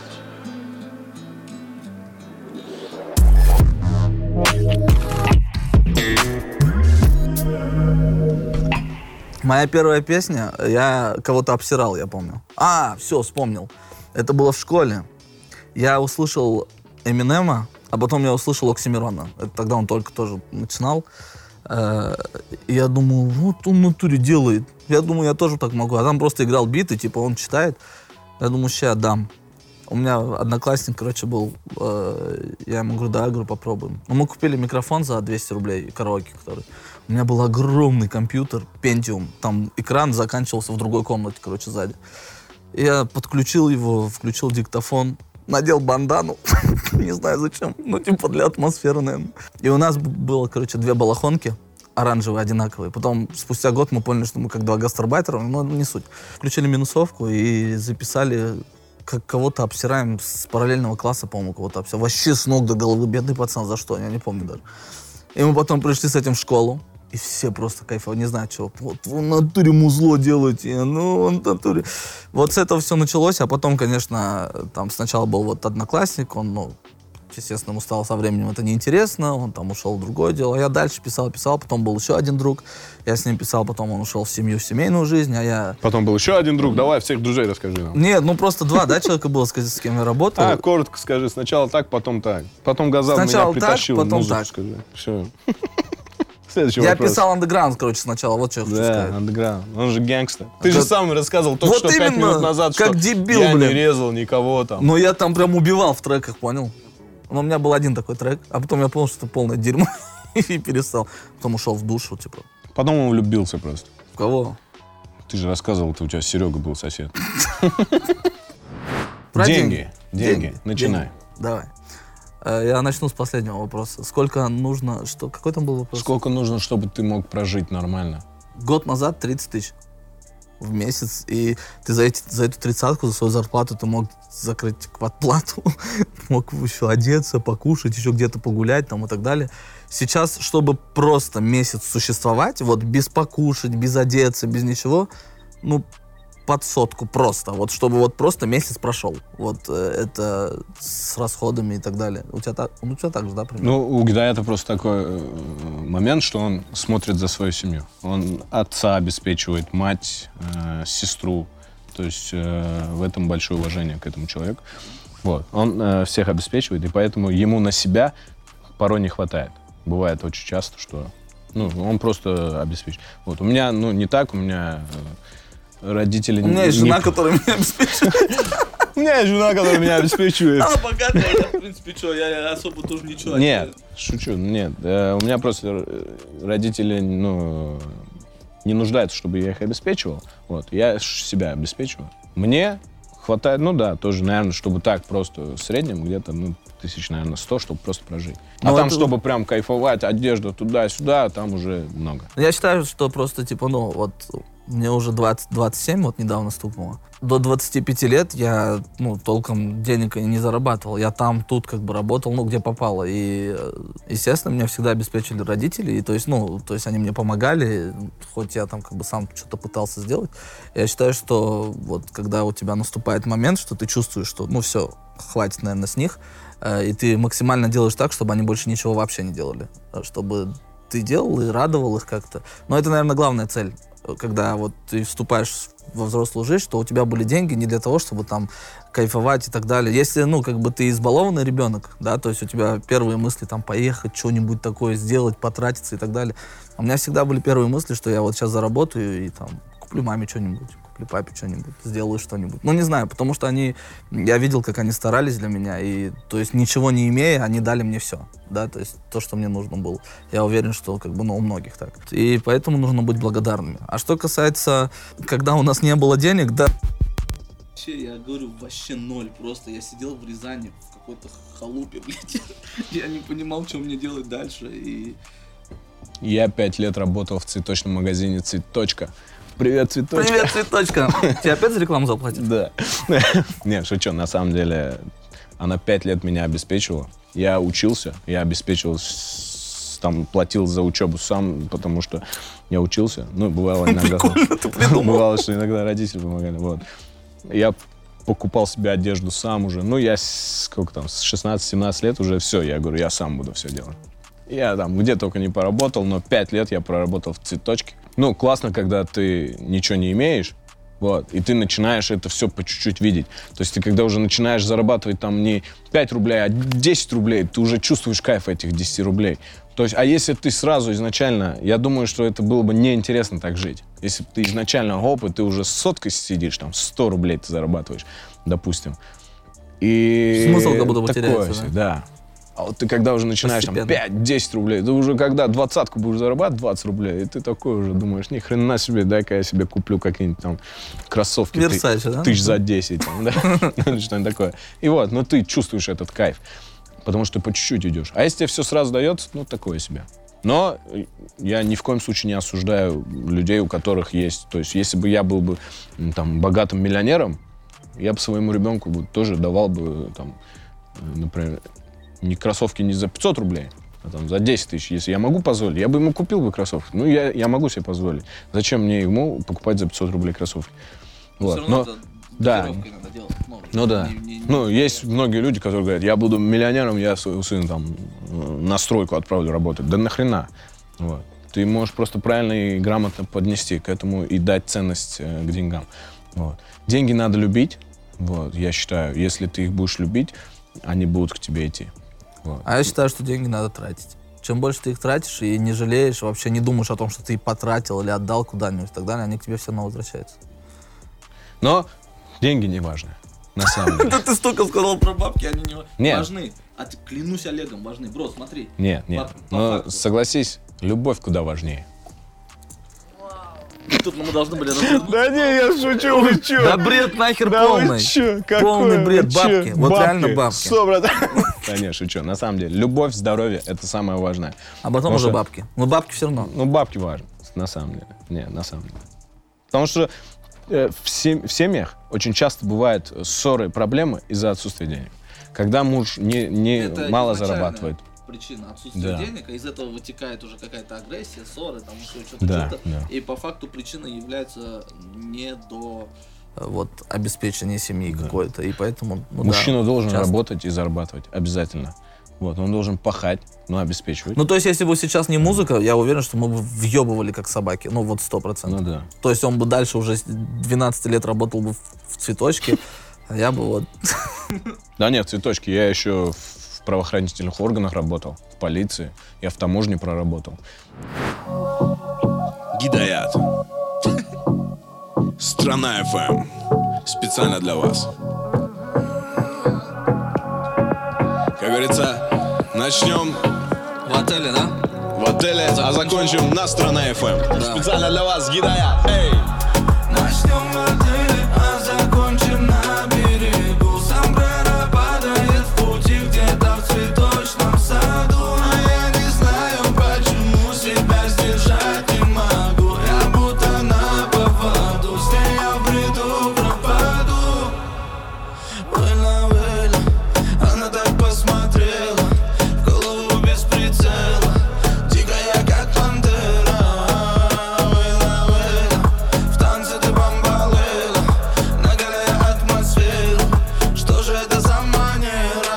B: Моя первая песня, я кого-то обсирал, я помню. А, все, вспомнил. Это было в школе. Я услышал Эминема, а потом я услышал Оксимирона. Это тогда он только тоже начинал. И я думаю, вот он в натуре делает. Я думаю, я тоже так могу. А там просто играл биты, типа он читает. Я думаю, сейчас дам. У меня одноклассник, короче, был. Я ему говорю, да, говорю, попробуем. Но мы купили микрофон за двести рублей, караоке, который. У меня был огромный компьютер, Pentium. Там экран заканчивался в другой комнате, короче, сзади. Я подключил его, включил диктофон, надел бандану. Не знаю зачем, ну типа для атмосферы, наверное. И у нас было, короче, две балахонки, оранжевые, одинаковые. Потом, спустя год, мы поняли, что мы как два гастарбайтера, но не суть. Включили минусовку и записали, как кого-то обсираем с параллельного класса, по-моему, кого-то обсираем. Вообще с ног до головы, бедный пацан, за что, я не помню даже. И мы потом пришли с этим в школу. И все просто кайфовали, не знаю, чего. Вот в натуре музло делаете, ну, в натуре. Вот с этого все началось, а потом, конечно, там сначала был вот одноклассник, он, ну, естественно, ему стало со временем это неинтересно, он там ушел в другое дело. Я дальше писал, писал, потом был еще один друг, я с ним писал, потом он ушел в семью, в семейную жизнь, а я...
A: Потом был еще один друг, давай всех друзей расскажи нам.
B: Нет, ну просто два, да, человека было, с кем я работал.
A: А, коротко скажи, сначала так, потом так. Потом Газан меня притащил,
B: так, потом
A: музыку
B: так.
A: скажи. Все. Следующий
B: Я
A: вопрос.
B: писал андеграунд, короче, сначала, вот что я хочу
A: Да,
B: сказать.
A: андеграунд. Он же гангстер. Ты
B: Да.
A: же сам рассказывал только
B: Вот
A: что пять
B: именно,
A: минут назад,
B: как
A: что
B: дебил,
A: я
B: блин.
A: не резал никого там.
B: Но я там прям убивал в треках, понял? Но у меня был один такой трек, а потом я понял, что это полное дерьмо, и перестал. Потом ушел в душу, типа.
A: Потом он влюбился просто.
B: В кого?
A: Ты же рассказывал, ты у тебя Серега был сосед.
B: Про
A: Деньги. Деньги. Начинай.
B: Деньги. Давай. Э, Я начну с последнего вопроса. Сколько нужно, что, какой там был вопрос?
A: Сколько нужно, чтобы ты мог прожить нормально?
B: Год назад тридцать тысяч в месяц, и ты за, эти, за эту тридцатку, за свою зарплату ты мог закрыть квартплату, мог еще одеться, покушать, еще где-то погулять там и так далее. Сейчас, чтобы просто месяц существовать, вот без покушать, без одеться, без ничего, ну, под сотку просто, вот чтобы вот просто месяц прошел. Вот э, это с расходами и так далее. У тебя так, ну, у тебя так же, да, примерно?
A: Ну, у Гидая это просто такой э, момент, что он смотрит за свою семью. Он отца обеспечивает, мать, э, сестру. То есть э, в этом большое уважение к этому человеку. Вот. Он э, всех обеспечивает, и поэтому ему на себя порой не хватает. Бывает очень часто, что ну, он просто обеспечивает. Вот. У меня, ну, не так, у меня... Э, Родители...
B: У меня есть жена, которая меня обеспечивает.
A: У меня есть жена, которая меня обеспечивает.
B: Она богатая, в принципе, что, я особо тоже ничего.
A: Нет, шучу, нет. У меня просто родители, ну, не нуждаются, чтобы я их обеспечивал. Вот, я себя обеспечиваю. Мне хватает, ну да, тоже, наверное, чтобы так просто в среднем где-то, ну, тысяч, наверное, сто, чтобы просто прожить. А
B: ну,
A: там,
B: это...
A: чтобы прям кайфовать, одежда туда-сюда, там уже много.
B: Я считаю, что просто, типа, ну, вот... Мне уже двадцать, двадцать семь, вот недавно стукнуло. До двадцати пяти лет я, ну, толком денег не зарабатывал. Я там, тут как бы работал, ну, где попало. И, естественно, меня всегда обеспечили родители. И, то есть, ну, то есть они мне помогали, хоть я там как бы сам что-то пытался сделать. Я считаю, что вот когда у тебя наступает момент, что ты чувствуешь, что, ну, все, хватит, наверное, с них, э, и ты максимально делаешь так, чтобы они больше ничего вообще не делали. Чтобы ты делал и радовал их как-то. Но это, наверное, главная цель. Когда вот ты вступаешь во взрослую жизнь, что у тебя были деньги не для того, чтобы там кайфовать и так далее. Если, ну, как бы ты избалованный ребенок, да, то есть у тебя первые мысли там поехать, что-нибудь такое сделать, потратиться и так далее. А у меня всегда были первые мысли, что я вот сейчас заработаю и там куплю маме что-нибудь, куплю папе что-нибудь, сделаю что-нибудь. Ну, не знаю, потому что они, я видел, как они старались для меня, и, то есть, ничего не имея, они дали мне все, да, то есть, то, что мне нужно было. Я уверен, что, как бы, ну, у многих так. И поэтому нужно быть благодарными. А что касается, когда у нас не было денег, да... Вообще, я говорю, вообще ноль просто. Я сидел в Рязани, в какой-то халупе, блядь. Я не понимал, что мне делать дальше, и...
A: Я пять лет работал в цветочном магазине «Цветочка». Привет, Цветочка.
B: Привет, Цветочка. Тебе опять за рекламу заплатят?
A: Да. Не, шучу, на самом деле, она пять лет меня обеспечивала. Я учился, я обеспечивал, там, платил за учебу сам, потому что я учился. Ну, бывало иногда... Бывало, что иногда родители помогали, вот. Я покупал себе одежду сам уже. Ну, я сколько там, с шестнадцати-семнадцати лет уже все, я говорю, я сам буду все делать. Я там где только не поработал, но пять лет я проработал в «Цветочке». Ну, классно, когда ты ничего не имеешь, вот, и ты начинаешь это все по чуть-чуть видеть. То есть ты когда уже начинаешь зарабатывать там не пять рублей, а десять рублей, ты уже чувствуешь кайф этих десяти рублей. То есть, а если ты сразу изначально, я думаю, что это было бы неинтересно так жить. Если ты изначально гоп, и ты уже с соткой сидишь, там, сто рублей ты зарабатываешь, допустим. И
B: смысл как будто бы
A: такое
B: теряется,
A: все,
B: да?
A: да. А вот ты когда уже начинаешь там пять-десять рублей, ты уже когда двадцатку будешь зарабатывать, двадцать рублей, и ты такой уже думаешь, ни хрена себе, дай-ка я себе куплю какие-нибудь там кроссовки
B: Версаче, да?
A: тысяч за десять, там, да? Что-нибудь такое. И вот, но ты чувствуешь этот кайф, потому что ты по чуть-чуть идешь. А если тебе все сразу дается, ну, такое себе. Но я ни в коем случае не осуждаю людей, у которых есть. То есть, если бы я был бы там богатым миллионером, я бы своему ребенку бы тоже давал бы там, например, не кроссовки не за пятьсот рублей, а там за десять тысяч, если я могу позволить, я бы ему купил бы кроссовки. Ну, я, я могу себе позволить. Зачем мне ему покупать за пятьсот рублей кроссовки? Вот. Но, да. Ну да. Не, не, не, ну, есть многие люди, которые говорят, я буду миллионером, я своего сына там на стройку отправлю работать. Да нахрена? Вот. Ты можешь просто правильно и грамотно поднести к этому и дать ценность э, к деньгам. Вот. Деньги надо любить, вот, я считаю. Если ты их будешь любить, они будут к тебе идти. Вот.
B: А я считаю, что деньги надо тратить. Чем больше ты их тратишь и не жалеешь, вообще не думаешь о том, что ты их потратил или отдал куда-нибудь и так далее, они к тебе все равно возвращаются.
A: Но деньги не важны, на самом деле.
B: Да ты столько сказал про бабки, они не
A: Нет.
B: важны. А ты, клянусь Олегом, важны. Бро, смотри.
A: Нет, нет.
B: По- по
A: Но
B: факту.
A: согласись, любовь куда важнее.
B: Тут мы должны были развернуться.
A: Да не, я шучу, вы чё?
B: Да бред нахер полный.
A: чё?
B: Полный бред, бабки. Вот реально бабки.
A: Сто процентов. Да не, шучу. На самом деле, любовь, здоровье — это самое важное.
B: А потом
A: Потому
B: уже
A: что-
B: бабки. Но бабки все равно.
A: Ну, бабки важны, на самом деле. Не, на самом деле. Потому что э, в, сем- в семьях очень часто бывают ссоры, проблемы из-за отсутствия денег. Когда муж не, не
B: Это
A: мало
B: изначальная
A: зарабатывает.
B: Причина отсутствия
A: Да.
B: денег, а из этого вытекает уже какая-то агрессия, ссоры, там еще что-то,
A: Да,
B: что-то.
A: да.
B: И по факту причина является не до вот обеспечения семьи какой-то. И поэтому ну,
A: Мужчина
B: да,
A: должен
B: часто.
A: работать и зарабатывать. Обязательно. Вот, он должен пахать, но обеспечивать.
B: Ну, то есть, если бы сейчас не музыка, я уверен, что мы бы въебывали как собаки. Ну, вот сто процентов.
A: Ну да.
B: То есть он бы дальше уже с двенадцати лет работал бы в, в цветочке, а я бы вот...
A: Да нет, цветочки, я еще в правоохранительных органах работал, в полиции, я в таможне проработал.
C: Гидаят. Страна эф эм. Специально для вас. Как говорится, начнем
B: В отеле, да?
C: в отеле, а закончим на Страна эф эм.
B: Да.
C: Специально для вас, Гидаят. Эй!
D: Начнем в отеле, а закончим на берегу. Сомбреро падает в пути где-то в цветочном саду. А я не знаю, почему себя сдержать не могу. Я будто на поводу, с ней я в бреду пропаду. Выло, выло, она так посмотрела, в голову без прицела, дикая как пантера. Выло, выло, в танце ты бомбалыла, нагоняя атмосферу. Что же это за манера?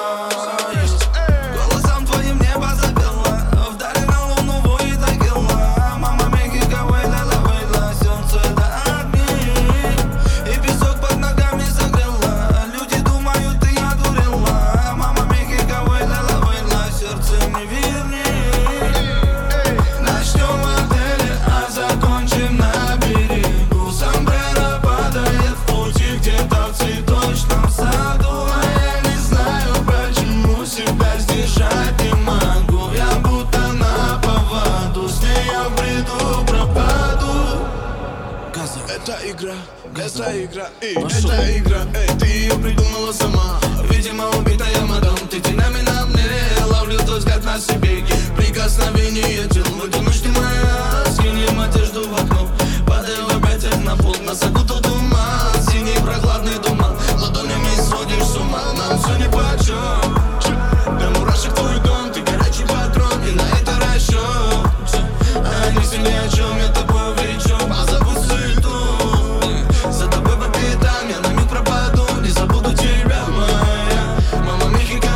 D: Голосом твоим небо запела, вдали на луну воет агила. Мама Мехико, вейла, вейла, сердце до огней. И песок под ногами согрела, люди думают, ты одурела. Мама Мехико, вейла, вейла, сердце не верней. Начнем в отеле, а закончим на берегу. Сомбреро падает в пути где-то в цветочном саду. А я не знаю, почему себя сдержать не могу. Я будто на поводу, с ней я в бреду пропаду.
C: Это игра, это игра, эй, это игра, эй, ты ее придумала сама.
D: Видимо, убитая мадам, ты тенями на мне. Ловлю твой взгляд на себе, прикосновение тел. Вытянуть ты моя, скинем одежду в окно. Падаю в объятиях на пол, нас окутал туман. Синий прохладный туман, ладонями сводишь с ума. Нам все нипочем, до мурашек твой дом. Ты горячий патрон, и на это расчет. А не ни о чем, я тобой увлечен. Позабудь суету, за тобой по пятам, я на миг пропаду. Не забуду тебя, моя мама Мехико.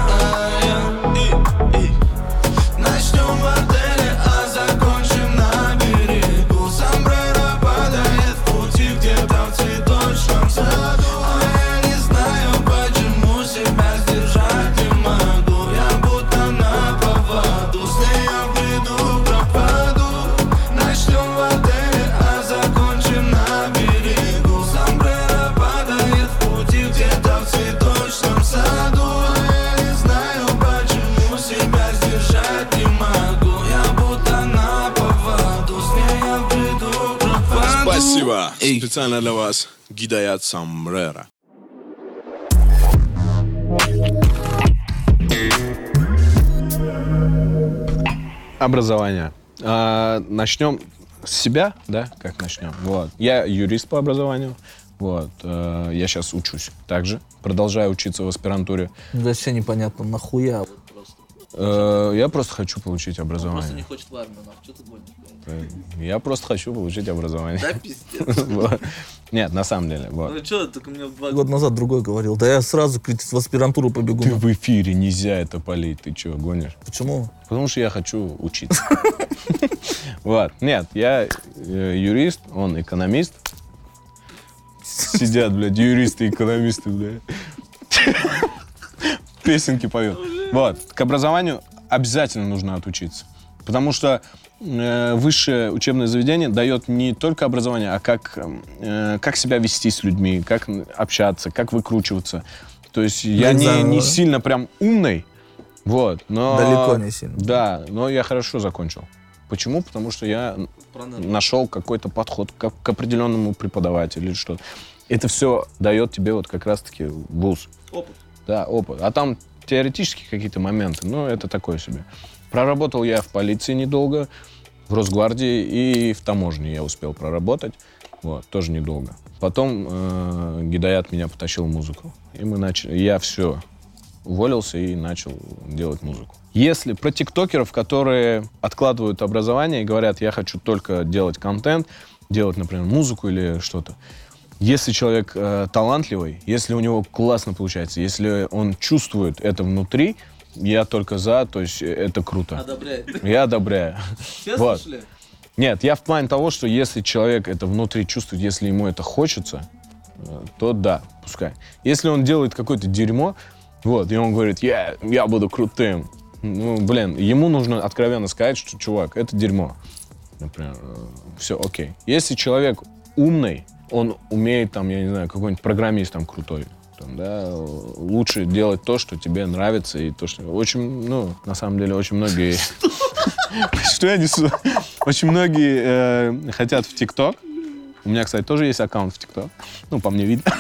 D: Начнем в отеле, а закончим на берегу. Сомбреро падает в пути где-то в цветочном саду. А я не знаю, почему себя сдержать не могу. Я будто на поводу, с ней я в бреду пропаду. Начнем в отеле, а закончим на берегу. Сомбреро падает в пути где-то в цветочном саду. А я не знаю, почему себя сдержать не могу. Я будто на поводу, с ней я в бреду пропаду.
C: Спасибо.
B: Эй.
C: Специально для вас, Гидаят Сомбреро.
A: Образование. А, начнем с себя, да, как начнем. Вот. Я юрист по образованию. Вот. э, Я сейчас учусь также. Продолжаю учиться в аспирантуре.
B: Вообще непонятно, нахуя. Вот просто.
A: Э, Я просто хочу получить
B: Он просто не
A: образование.
B: хочет в армию, нахуй. Что ты гонишь?
A: Я просто хочу получить образование.
B: Да, пиздец.
A: Вот. Нет, на самом деле, вот.
B: Ну что, только мне в два года назад другой говорил. Да я сразу в аспирантуру побегу.
A: Ты в эфире, нельзя это палить, ты что, гонишь?
B: Почему?
A: Потому что я хочу учиться. Вот, нет, я э, юрист, он экономист. Сидят, блядь, юристы, экономисты, блядь. Песенки поют. Вот, к образованию обязательно нужно отучиться. Потому что э, высшее учебное заведение дает не только образование, а как, э, как себя вести с людьми, как общаться, как выкручиваться. То есть я не,
B: Экзамен,
A: не
B: да?
A: сильно прям умный, вот, но...
B: Далеко не сильно.
A: Да, но я хорошо закончил. Почему? Потому что я нашел какой-то подход к, к определенному преподавателю или что-то. Это все дает тебе вот как раз-таки вуз.
B: Опыт.
A: Да, опыт. А там теоретические какие-то моменты, ну, это такое себе. Проработал я в полиции недолго, в Росгвардии и в таможне я успел проработать. Вот, тоже недолго. Потом э, Гидаят меня потащил в музыку. И мы начали, я все, уволился и начал делать музыку. Если про тиктокеров, которые откладывают образование и говорят, я хочу только делать контент, делать, например, музыку или что-то. Если человек э, талантливый, если у него классно получается, если он чувствует это внутри, я только за, то есть это круто.
B: Одобряет.
A: Я одобряю.
B: Честно,
A: Вот.
B: что ли?
A: Нет, я в плане того, что если человек это внутри чувствует, если ему это хочется, э, то да, пускай. Если он делает какое-то дерьмо, вот, и он говорит, я, я буду крутым, ну, блин, ему нужно откровенно сказать, что, чувак, это дерьмо. Например, э, все, окей. Если человек умный, он умеет, там, я не знаю, какой-нибудь программист там крутой, там, да, лучше делать то, что тебе нравится, и то, что... Очень, ну, на самом деле, очень многие... Что я несу? Очень многие хотят в ТикТок. У меня, кстати, тоже есть аккаунт в ТикТок. Ну, по мне видно.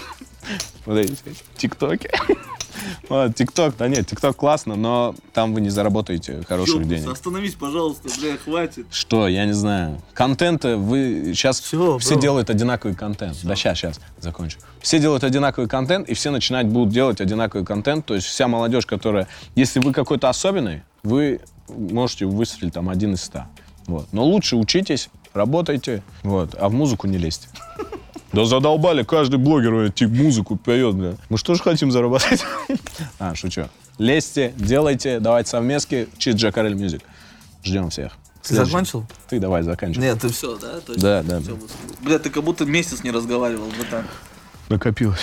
A: Вот эти ТикТоки. Вот, ТикТок, да нет, ТикТок классно, но там вы не заработаете хороших
B: Ёпта,
A: денег.
B: Остановись, пожалуйста, бля, хватит.
A: Что, я не знаю. Контента вы... Сейчас
B: Всё,
A: все
B: бро.
A: делают одинаковый контент. Да, сейчас, сейчас, закончу. Все делают одинаковый контент, и все начинать будут делать одинаковый контент. То есть вся молодежь, которая... Если вы какой-то особенный, вы можете выстрелить там один из ста. Вот. Но лучше учитесь, работайте, вот, а в музыку не лезьте. Да задолбали, каждый блогер типа музыку поет, бля. Мы что же хотим зарабатывать? А, шучу. Лезьте, делайте, давайте совместки. Чит Джакарель Мьюзик. Ждем всех.
B: Ты закончил?
A: Ты давай заканчивай.
B: Нет, ты все, да? То есть
A: Да, да,
B: всё
A: да.
B: высказал. Бля, ты как будто месяц не разговаривал, братан.
A: Накопилось.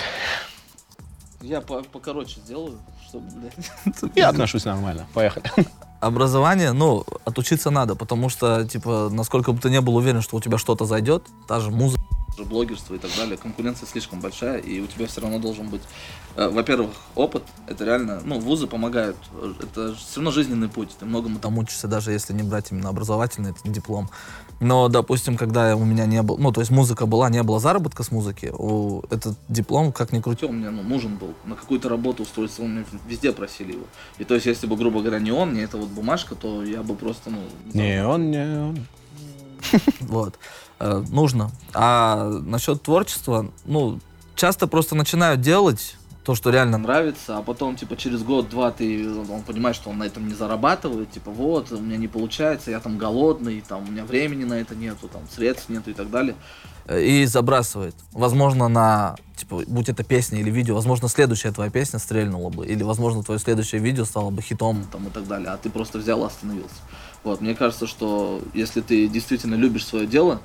B: Я по покороче сделаю, чтобы, блядь.
A: Я отношусь нормально. Поехали.
B: Образование, ну, отучиться надо, потому что, типа, насколько бы ты не был уверен, что у тебя что-то зайдет, та же музыка, блогерство и так далее, конкуренция слишком большая, и у тебя все равно должен быть, э, во-первых, опыт, это реально, ну, вузы помогают, это все равно жизненный путь, ты многому там учишься, даже если не брать именно образовательный этот диплом. Но, допустим, когда у меня не было, ну, то есть музыка была, не было заработка с музыки, у, этот диплом, как ни крути, он мне, ну, нужен был, на какую-то работу устроиться, он мне везде просили его. И то есть, если бы, грубо говоря, не он, не эта вот бумажка, то я бы просто, ну...
A: Не он, не он.
B: Вот. Э, нужно. А насчет творчества, ну, часто просто начинают делать то, что реально нравится, а потом, типа, через год-два ты, он понимает, что он на этом не зарабатывает, типа, вот, у меня не получается, я там голодный, там, у меня времени на это нету, там, средств нету и так далее. И забрасывает. Возможно, на, типа, будь это песня или видео, возможно, следующая твоя песня стрельнула бы, или, возможно, твое следующее видео стало бы хитом, там, и так далее, а ты просто взял и остановился. Вот, мне кажется, что если ты действительно любишь свое дело,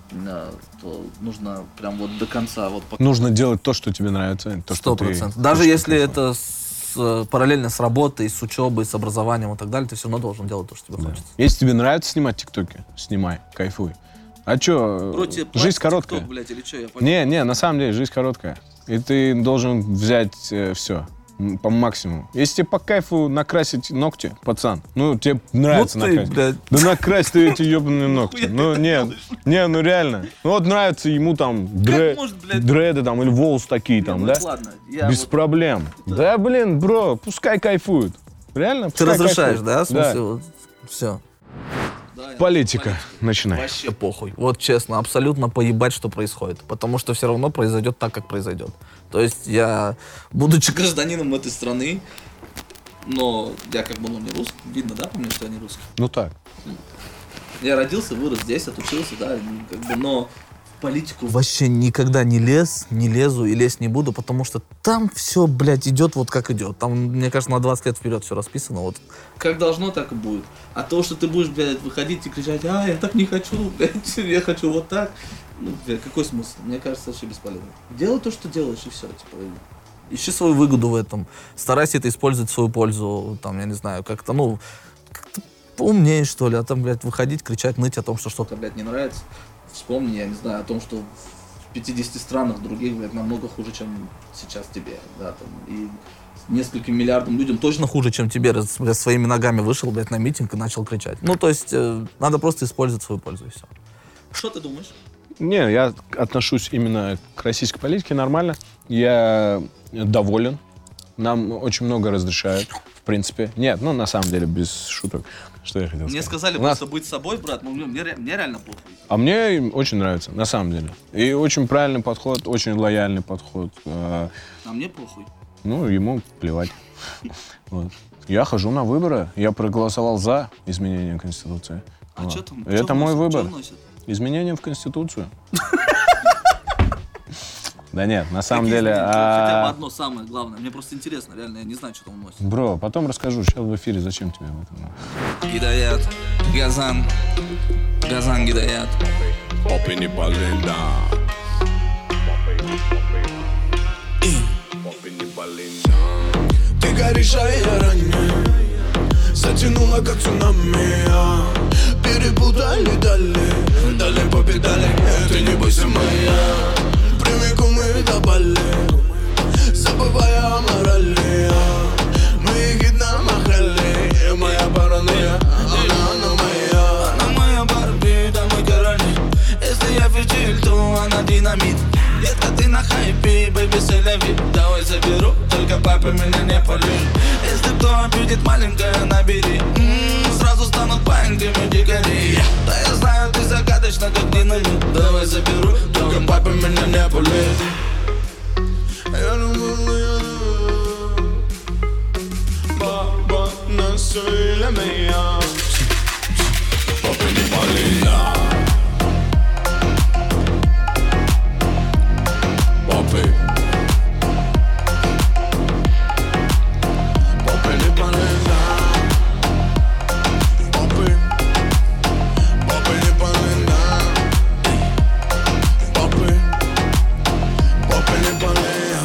B: то нужно прям вот до конца. Вот,
A: Нужно делать то, что тебе нравится. То,
B: Сто
A: что
B: процентов.
A: ты,
B: Даже
A: то,
B: если
A: что
B: это с, параллельно с работой, с учебой, с образованием и так далее, ты все равно должен делать то, что тебе
A: Да.
B: хочется.
A: Если тебе нравится снимать тиктоки, снимай, кайфуй. А чё, жизнь короткая.
B: Блядь, или чё, я
A: Не, не, на самом деле жизнь короткая. И ты должен взять э, все по максимуму. Если тебе по кайфу накрасить ногти, пацан, ну тебе нравится
B: Ну ты,
A: накрасить.
B: блядь.
A: Да накрась ты эти ебаные ногти. Ну нет, не, ну реально. Ну вот нравится ему там дре-
B: может, блядь?
A: дреды там или волосы такие там,
B: Ну,
A: да?
B: ладно, я
A: Без
B: вот-
A: проблем. Да. блин, бро, пускай кайфуют. Реально,
B: Ты
A: пускай
B: разрешаешь,
A: кайфуют.
B: да? В смысле, вот, все.
A: Политика. Начинай.
B: Вообще похуй. Вот честно, абсолютно поебать, что происходит. Потому что все равно произойдет так, как произойдет. То есть я, будучи гражданином этой страны, но я как бы, ну, не русский. Видно, да, по мне, что я не русский?
A: Ну так.
B: Я родился, вырос здесь, отучился, да, как бы, но в политику вообще никогда не лез, не лезу и лезть не буду, потому что там все, блядь, идет вот как идет. Там, мне кажется, на двадцать лет вперед все расписано. Вот как должно, так и будет. А то, что ты будешь, блядь, выходить и кричать, а, я так не хочу, блядь, я хочу вот так. Ну, блядь, какой смысл? Мне кажется, вообще бесполезно. Делай то, что делаешь, и все, типа. Ищи свою выгоду в этом. Старайся это использовать в свою пользу, там, я не знаю, как-то, ну, как-то поумнее, что ли, а там, блядь, выходить, кричать, ныть о том, что что-то, блядь, не нравится. Вспомни, я не знаю, о том, что в пятидесяти странах других, блядь, намного хуже, чем сейчас тебе, да, там, и нескольким миллиардам людям точно хуже, чем тебе, раз, блядь, своими ногами вышел, блядь, на митинг и начал кричать. Ну, то есть, э, надо просто использовать свою пользу, и все. Что ты думаешь?
A: Не, я отношусь именно к российской политике нормально. Я доволен. Нам очень много разрешают, в принципе. Нет, ну, на самом деле, без шуток. Что я хотел
B: Мне
A: сказать?
B: сказали
A: У нас-
B: просто быть собой, брат, ну, мне, мне реально похуй.
A: А мне очень нравится, на самом деле. И очень правильный подход, очень лояльный подход. А,
B: А мне похуй.
A: Ну, ему плевать. Вот. Я хожу на выборы. Я проголосовал за изменение Конституции.
B: А
A: Вот.
B: что там?
A: Это
B: чё
A: мой
B: вносят?
A: выбор.
B: Чё вносят?
A: Изменение в Конституцию. Да нет, на самом
B: Какие
A: деле...
B: изменения? Хотя бы
A: а,
B: одно самое главное. Мне просто интересно, реально, я не знаю, что там вносят.
A: Бро, потом расскажу. Сейчас в эфире. Зачем тебе об этом?
D: Гидаят, Газан, Газан Гидаят.
C: Попы не полина. Попы не полина. Ты горишь, а я ранее. Затянула, как цунами. а. Перепутали, дали. Дали по педали. Ты не бойся, моя. Привыкну мы до боли. Забывая о морали. Мы ехидно махали. Моя паранойя. Она, она моя.
D: Она моя Барби, да мой короли. Если я фитиль, то она динамит. Детка, ты на хайпе, бэйби, селяви. Давай заберу, только папа меня не пали. Если кто обидит, маленькая, набери. М-м, Сразу станут паиньками дикари. Да я знаю, ты загадочна, как динамит. Давай заберу, только папа меня не пали.
C: Я думал, я думал. Баба на силе меня. Попы не полина. Попы. Попы не полина. Попы. Попы не полина. Попы. Попы не полина.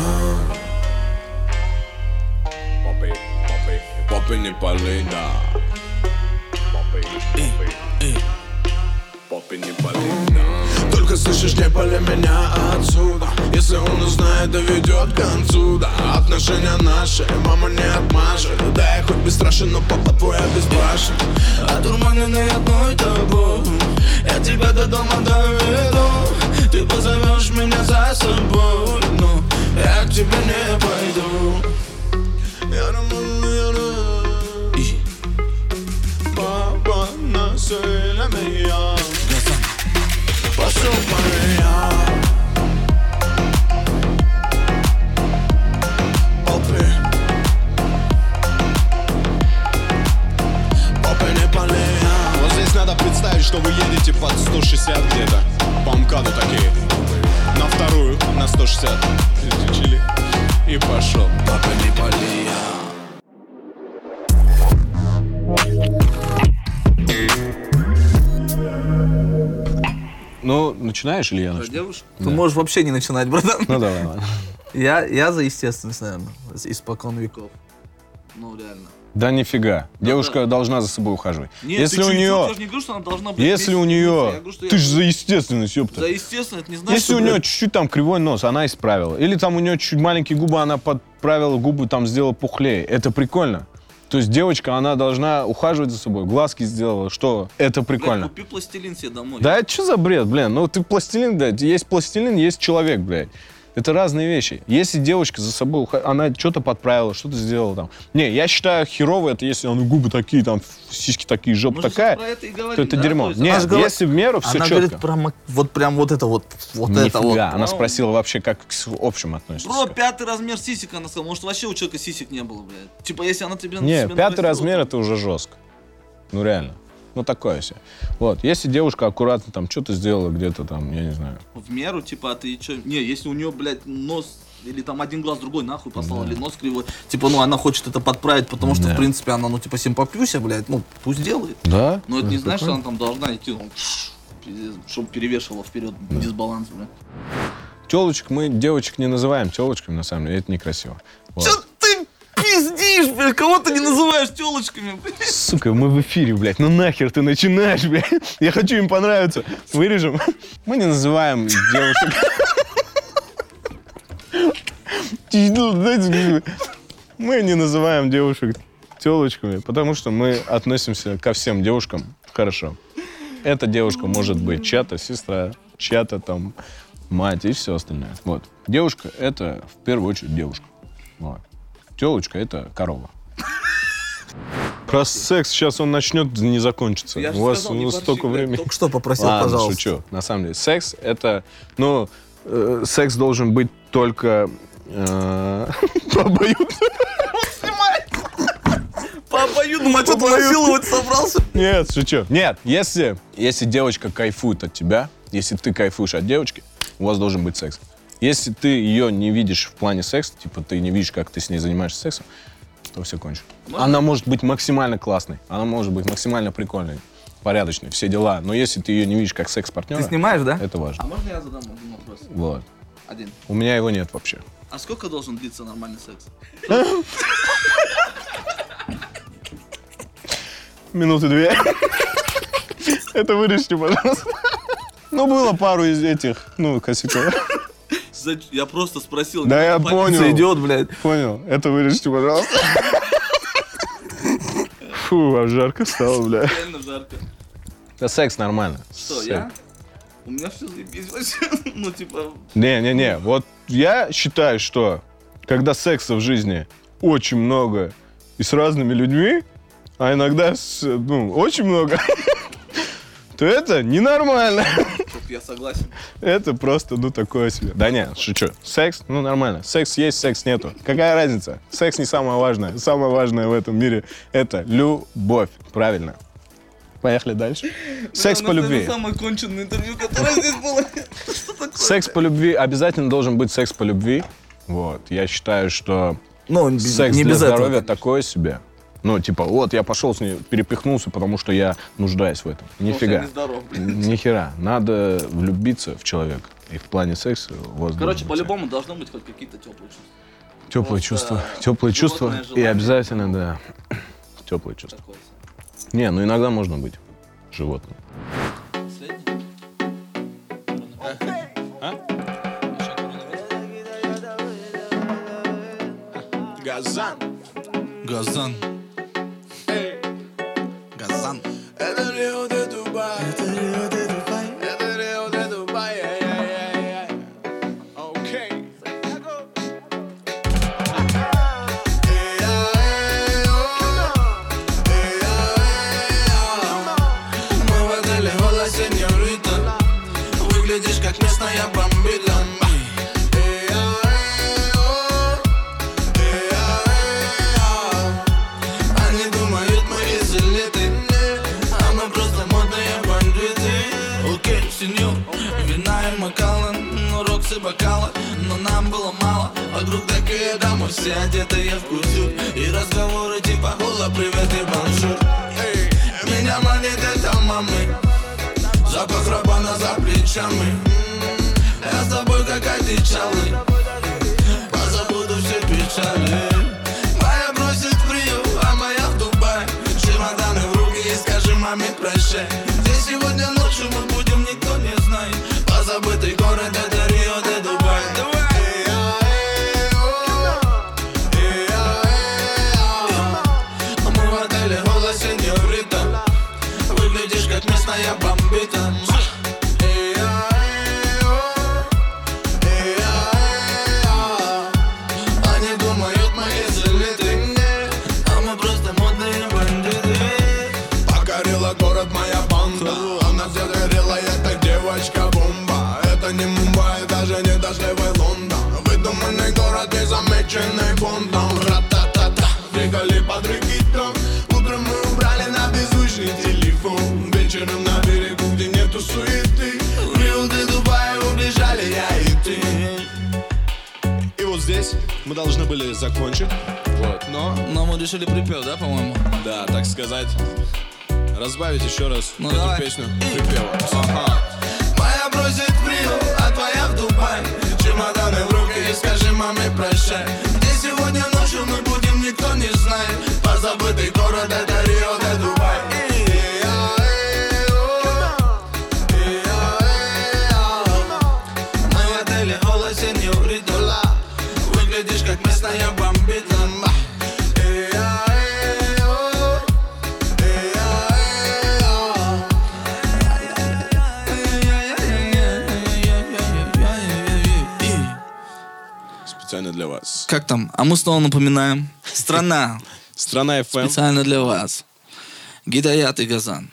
C: Попы, попы, попы не полина. Попы, попы, попы не полина. Только слышишь, не пали меня отсюда. Если он узнает, доведет к концу. Да, отношения наши, мама не отмажет. Да, я хоть бесстрашен, но папа твой обезбашен.
D: Одурманенный одной тобой, я тебя до дома доведу. Ты позовешь меня за собой, но я к тебе не пойду.
C: Я думал, я думал. Папа на силе меня. Пошел моя. Попы. Попы не полина. Вот здесь надо представить, что вы едете под сто шестьдесят где-то. По МКАДу такие. На вторую, на сто шестьдесят. Переключили. И пошел.
D: Папа не полия.
A: Ну, начинаешь или я начну?
B: Девушка?
A: Да.
B: Ты можешь вообще не начинать, братан.
A: Ну, давай, ладно.
B: Я, я за естественность, наверное, испокон веков. Ну, реально.
A: Да нифига. Девушка должна за собой ухаживать.
B: Нет,
A: если
B: ты
A: у
B: чё,
A: нее...
B: Я же не говорю, что она должна быть.
A: Если у нее...
B: Я говорю, что
A: Ты
B: я-
A: же за естественность, ёпта.
B: За естественность, не знаю,
A: Если у нее чуть-чуть там кривой нос, она исправила. Или там у нее чуть маленькие губы, она подправила губы, там сделала пухлее. Это прикольно. То есть девочка, она должна ухаживать за собой, глазки сделала, что это прикольно.
B: Купи пластилин себе домой.
A: Да это что за бред, блин? Ну ты пластилин, блядь, есть пластилин, есть человек, блядь. Это разные вещи. Если девочка за собой уходит, она что-то подправила, что-то сделала там. Не, я считаю, херово это, если ну, губы такие, там, сиськи такие, жопа такая, это говорим, то это да? дерьмо. То Нет, говорит, если в меру, все
B: она
A: четко.
B: Она говорит про вот прям вот это вот, вот
A: Нифига.
B: это вот.
A: Она спросила вообще, как к общему относится.
E: Бро, пятый размер сисек, она сказала. Может, вообще у человека сисек не было, блядь. Типа, если она тебе...
A: Не, пятый размер, это уже жестко. Ну, реально. Ну, такое все. Вот. Если девушка аккуратно там что-то сделала где-то там, я не знаю.
E: В меру, типа, а ты что? Не, если у нее, блядь, нос или там один глаз другой нахуй послал, да. Или нос кривой. Типа, ну, она хочет это подправить, потому что, да. В принципе, она, ну, типа, симпапюся, блядь, ну, пусть делает.
A: Да.
E: Но это
A: да,
E: не значит,
A: такое.
E: что она там должна идти, ну, чтобы перевешивала вперед да. Дисбаланс, блядь.
A: Телочек мы девочек не называем телочками, на самом деле, это некрасиво. Вот.
E: Чё ты пиздишь, блядь? Кого ты не называешь телочками, блядь?
A: Сука, мы в эфире, блядь. Ну нахер ты начинаешь, блядь. Я хочу им понравиться. Вырежем. Мы не называем девушек... Мы не называем девушек телочками, потому что мы относимся ко всем девушкам хорошо. Эта девушка может быть чья-то сестра, чья-то там мать и все остальное. Вот. Девушка — это в первую очередь девушка. Вот. Телочка — это корова. Про секс сейчас он начнет не закончится.
E: Я
A: у вас
E: сказал, не
A: столько
E: борщи,
A: времени.
B: Только что попросил,
A: Ладно,
B: пожалуйста.
A: шучу. На самом деле, секс — это... Ну, э, секс должен быть только... Э, по обоюдному.
E: По обоюдному, а что ты насиловать собрался?
A: Нет, шучу. Нет, если, если девочка кайфует от тебя, если ты кайфуешь от девочки, у вас должен быть секс. Если ты ее не видишь в плане секса, типа ты не видишь, как ты с ней занимаешься сексом, то все кончено. Можно? Она может быть максимально классной, она может быть максимально прикольной, порядочной, все дела. Но если ты ее не видишь как секс-партнера,
B: ты снимаешь, да?
A: Это важно.
E: А можно я задам один вопрос?
A: Вот.
E: Один.
A: У меня его нет вообще.
E: А сколько должен длиться нормальный секс?
A: Минуты две. Это вырежьте, пожалуйста. Ну, было пару из этих, ну, косяков.
E: Я просто спросил.
A: Да я понял.
B: Идет, блядь.
A: Понял. Это вырежьте, пожалуйста. Фу, аж жарко стало, блядь.
E: Реально жарко.
A: Да секс нормально.
E: Что,
A: секс.
E: я? У меня все заебись вообще. Ну, типа...
A: Не-не-не. Вот я считаю, что когда секса в жизни очень много и с разными людьми, а иногда с, ну, очень много, то это ненормально.
E: Я согласен.
A: Это просто, ну, такое себе. Да не, шучу. Секс, ну, нормально. Секс есть, секс нету. Какая разница? Секс не самое важное. Самое важное в этом мире — это любовь. Правильно. Поехали дальше. Секс по любви.
E: Это самое конченное интервью, которое здесь было. Что такое?
A: Секс по любви. Обязательно должен быть секс по любви. Вот. Я считаю, что
B: ну,
A: секс
B: не
A: для
B: без
A: здоровья
B: этого,
A: такое себе. Ну, типа, вот, я пошел с ней, перепихнулся, потому что я нуждаюсь в этом. Нифига. Ни хера. Надо влюбиться в человека. И в плане секса у вас
E: Короче, по-любому должно быть хоть какие-то теплые чувства.
A: Теплые
E: Просто
A: чувства. Теплые чувства. И обязательно, да. Теплые чувства.
E: Такое.
A: Не, ну иногда можно быть животным.
C: Газан.
D: Газан. Газан.
C: Это Рио де Дубай. Это Рио де Дубай. Это Рио де Дубай. Окей.
D: Мы в отеле Hola, сеньорита. Выглядишь как местная бомбита. Бокала, но нам было мало. Вокруг такие дамы, все одетые в кутюр. И разговоры типа хула, привет и бонжур. Эй, меня манит это мамы. Запах рабана за плечами. Я с тобой как одичалый. Позабуду все печали. Моя бросит в Рио, а моя в Дубай. Чемоданы в руки и скажи маме прощай. Здесь сегодня ночью мы будем, никто не знает. Позабытый город, это Рио де Дубай. Мы в отеле Hola, сеньорита. Выглядишь как местная бомбита.
C: Она вся горелая, так девочка-бомба. Это не Мумбай, даже не дождливый Лондон. Выдуманный город, незамеченный фондом. Ра-та-та-та, двигали под рекитом. Утром мы убрали на беззвучный телефон. Вечером на берегу, где нету суеты. В Рио де Дубай убежали я и ты.
F: И вот здесь мы должны были закончить. Вот, но,
E: Но мы решили припев, да, по-моему?
F: да, так сказать, разбавить еще раз
E: Ну,
F: эту
E: давай.
F: песню припевом.
C: Ага. Моя бросит в Рио, а твоя в Дубай. Чемоданы в руки и скажи маме прощай. Где сегодня ночью мы будем, никто не знает. Позабытый город, это Рио де Дубай. Мы в отеле Ола, сеньоритола. Выглядишь как местная бомбита.
F: Специально для вас.
E: Как там? А мы снова напоминаем. Страна.
F: Страна эф эм.
E: Специально для вас. Гидаят и Газан.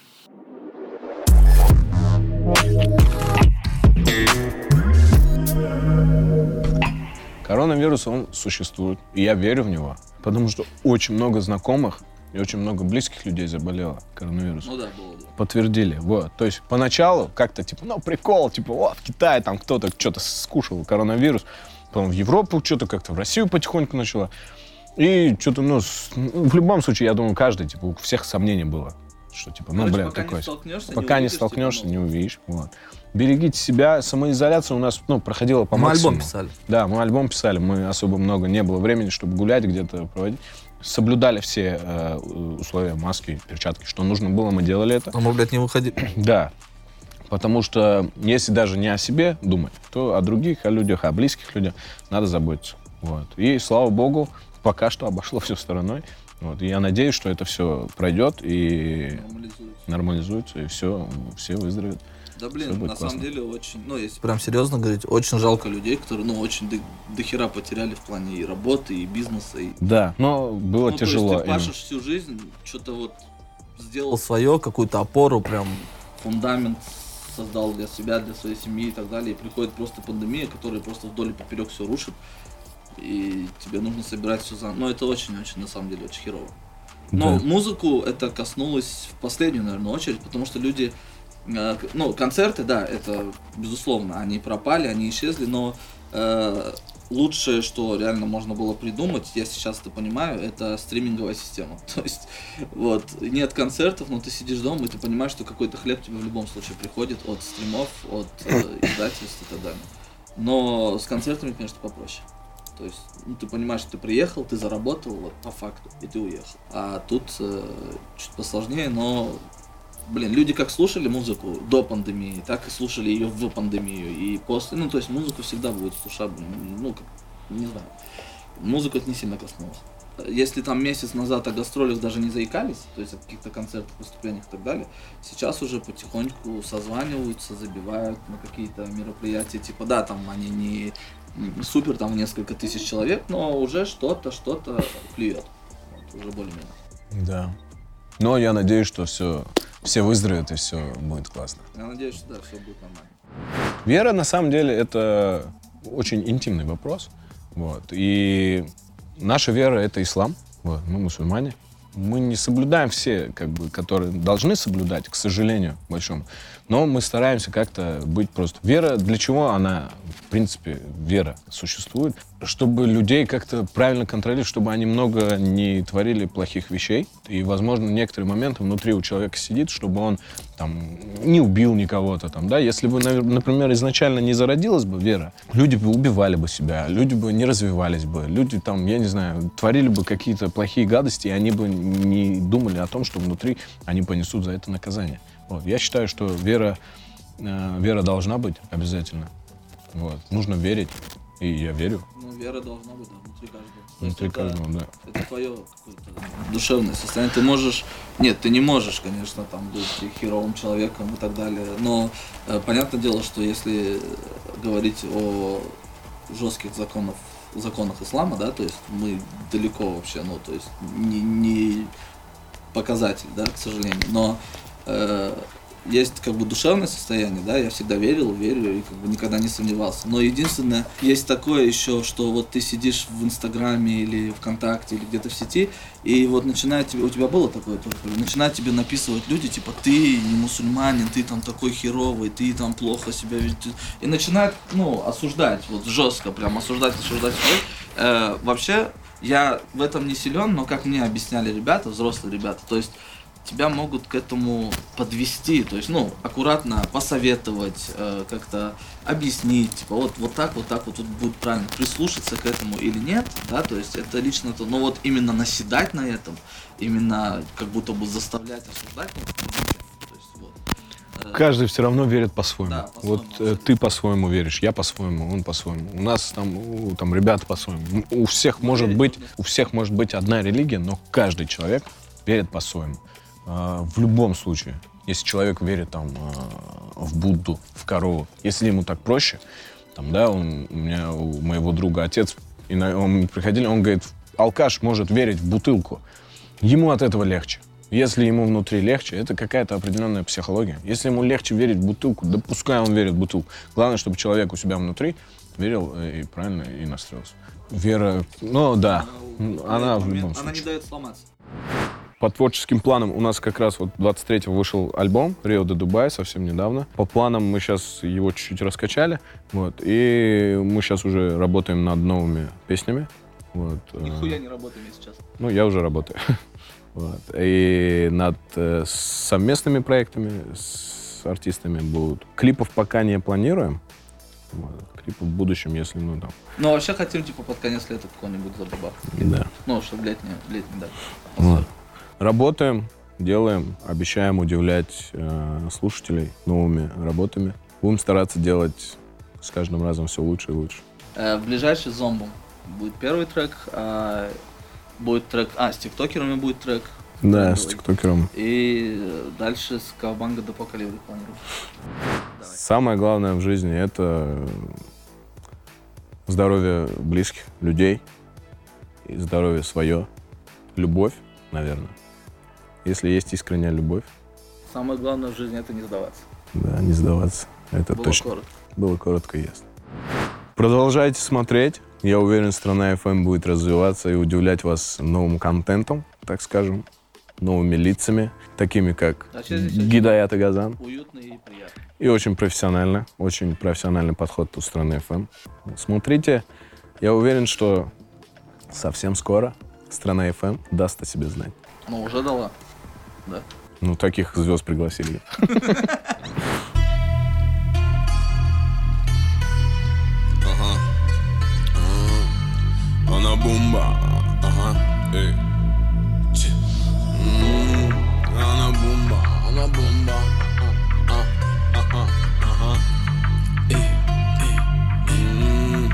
A: Коронавирус, он существует, и я верю в него, потому что очень много знакомых и очень много близких людей заболело коронавирусом.
E: Ну да, было, да.
A: Подтвердили, вот. То есть поначалу как-то типа, ну прикол, типа, вот в Китае там кто-то что-то скушал коронавирус, потом в Европу что-то как-то, в Россию потихоньку начало. И что-то, ну, с- ну, в любом случае, я думаю, каждый, типа, у всех сомнений было, что типа, ну,
E: Короче,
A: бля,
E: пока не
A: такое.
E: столкнешься, не
A: Пока не
E: увидишь,
A: столкнешься,
E: типа,
A: не
E: ну.
A: увидишь, вот. Берегите себя, самоизоляция у нас, ну, проходила по
B: Мы
A: максимуму.
B: альбом писали.
A: Да, мы альбом писали, мы особо много не было времени, чтобы гулять где-то, проводить. Соблюдали все э, условия, маски, перчатки, что нужно было, мы делали это.
B: Но мы, блядь, не выходили.
A: Да, потому что если даже не о себе думать, то о других, о людях, о близких людях надо заботиться. Вот. И, слава богу, пока что обошло все стороной. Вот. И я надеюсь, что это все пройдет и
E: Нормализуется.
A: нормализуется, и все, все выздоровеют.
E: Да
A: Всё
E: блин,
A: будет
E: на
A: классно.
E: самом деле очень, ну если
B: Прям серьезно говорить, очень жалко.
E: жалко людей, которые, ну, очень до, до хера потеряли в плане и работы, и бизнеса, и...
A: Да, но было
E: ну,
A: тяжело.
E: То есть ты
A: именно.
E: пашешь всю жизнь, что-то вот сделал
B: Свое, какую-то опору прям.
E: фундамент, создал для себя, для своей семьи и так далее, и приходит просто пандемия, которая просто вдоль и поперек все рушит, и тебе нужно собирать все заново. Но это очень-очень, на самом деле, очень херово. Но
A: Да.
E: музыку это коснулось в последнюю, наверное, очередь, потому что люди, э, к- ну, концерты, да, это безусловно, они пропали, они исчезли, но э, лучшее, что реально можно было придумать, я сейчас это понимаю, это стриминговая система. То есть, вот, нет концертов, но ты сидишь дома, и ты понимаешь, что какой-то хлеб тебе в любом случае приходит от стримов, от э, издательств и так далее. Но с концертами, конечно, попроще. То есть, ну, ты понимаешь, что ты приехал, ты заработал, вот, по факту, и ты уехал. А тут э, чуть посложнее, но, блин, люди как слушали музыку до пандемии, так и слушали ее в пандемию, и после, ну, то есть, музыку всегда будет слушать, ну, как, не знаю, музыку это не сильно коснулось. Если там месяц назад о гастролях даже не заикались, то есть о каких-то концертах, выступлениях и так далее, сейчас уже потихоньку созваниваются, забивают на какие-то мероприятия, типа, да, там они не м, супер, там несколько тысяч человек, но уже что-то, что-то клюет, вот, уже более-менее.
A: Да. Но я надеюсь, что все, все выздоровеют и все будет классно.
E: Я надеюсь, что да, все будет нормально.
A: Вера, на самом деле, это очень интимный вопрос. Вот. И наша вера — это ислам. Вот. Мы мусульмане. Мы не соблюдаем все, как бы, которые должны соблюдать, к сожалению, большому. Но мы стараемся как-то быть просто. Вера, для чего она, в принципе, вера существует? Чтобы людей как-то правильно контролировать, чтобы они много не творили плохих вещей. И, возможно, некоторые моменты внутри у человека сидит, чтобы он там не убил никого-то там, да. Если бы, навер- например, изначально не зародилась бы вера, люди бы убивали бы себя, люди бы не развивались бы, люди там, я не знаю, творили бы какие-то плохие гадости, и они бы не думали о том, что внутри они понесут за это наказание. Вот. Я считаю, что вера, э, вера должна быть обязательно. Вот. Нужно верить, и я верю
E: Ну, вера должна быть, да, внутри каждого. То
A: внутри
E: есть это-
A: каждого, да.
E: Это твое какое-то душевное состояние. Ты можешь... Нет, ты не можешь, конечно, там быть херовым человеком и так далее. Но э, понятное дело, что если говорить о жестких законах, законах ислама, да, то есть мы далеко вообще, ну, то есть не, не показатель, да, к сожалению. Но э, есть как бы душевное состояние, да, я всегда верил, верю и как бы никогда не сомневался. Но единственное, есть такое еще, что вот ты сидишь в Инстаграме или ВКонтакте или где-то в сети, и вот начинает тебе, у тебя было такое тоже, начинают тебе написывать люди, типа, ты не мусульманин, ты там такой херовый, ты там плохо себя ведешь. И начинают, ну, осуждать, вот жестко прям осуждать, осуждать. Э, вообще, я в этом не силен, но как мне объясняли ребята, взрослые ребята, то есть тебя могут к этому подвести, то есть, ну, аккуратно посоветовать, э, как-то объяснить, типа, вот, вот так, вот так, вот тут будет правильно, прислушаться к этому или нет, да, то есть это лично то, но вот именно наседать на этом, именно как будто бы заставлять осуждать, ну, то есть, вот. Э,
A: Каждый все равно верит по-своему.
E: Да, по-своему.
A: Вот э, ты по-своему веришь, я по-своему, он по-своему. У нас там, у, там ребята по-своему. У всех может
E: верить
A: быть,
E: нужно.
A: у всех может быть одна религия, но каждый человек верит по-своему. В любом случае, если человек верит там в Будду, в корову, если ему так проще, там, да, он, у меня, у моего друга отец, и на, он приходили, он говорит, алкаш может верить в бутылку, ему от этого легче. Если ему внутри легче, это какая-то определенная психология. Если ему легче верить в бутылку, да пускай он верит в бутылку. Главное, чтобы человек у себя внутри верил и правильно и настроился. Вера, ну да, она, она в любом
E: она
A: случае.
E: не дает сломаться.
A: По творческим планам у нас как раз вот двадцать третьего вышел альбом «Рио де Дубай» совсем недавно. По планам мы сейчас его чуть-чуть раскачали. Вот, и мы сейчас уже работаем над новыми песнями. Вот,
E: Нихуя не работаем сейчас.
A: Ну, я уже работаю. Вот. И над э, совместными проектами с артистами будут. Клипов пока не планируем. Вот. Клипы в будущем, если, ну, там...
E: Ну, вообще хотим, типа, под конец лета какой-нибудь забабах.
A: Да.
E: Ну, чтобы летний, летний, да.
A: Вот. Работаем, делаем, обещаем удивлять э, слушателей новыми работами. Будем стараться делать с каждым разом все лучше и лучше.
E: Э, в ближайший зомбом будет первый трек, а будет трек, а, с тиктокерами будет трек.
A: Да,
E: трек
A: с
E: другой.
A: тиктокером.
E: И дальше с Кавабанга до Поколиври планирую. Давай.
A: Самое главное в жизни — это здоровье близких людей и здоровье свое, любовь, наверное. Если есть искренняя любовь,
E: Самое главное в жизни — это не сдаваться.
A: да, не сдаваться. Это
E: Было
A: точно.
E: коротко.
A: Было коротко и ясно. Продолжайте смотреть. Я уверен, страна эф эм будет развиваться и удивлять вас новым контентом, так скажем, новыми лицами, такими как
E: А сейчас здесь
A: Гидаят Агазан.
E: Уютно и приятно.
A: И очень профессионально, очень профессиональный подход у страны эф эм. Смотрите, я уверен, что совсем скоро страна эф эм даст о себе знать.
E: Ну, уже дала. Да.
A: Ну, таких звезд пригласили.
C: Ага. Ага. Она бомба. Ага. Эй. Чи. М, Она бомба. Она бомба. А, а, ага. Ага. Эй. Эй. М.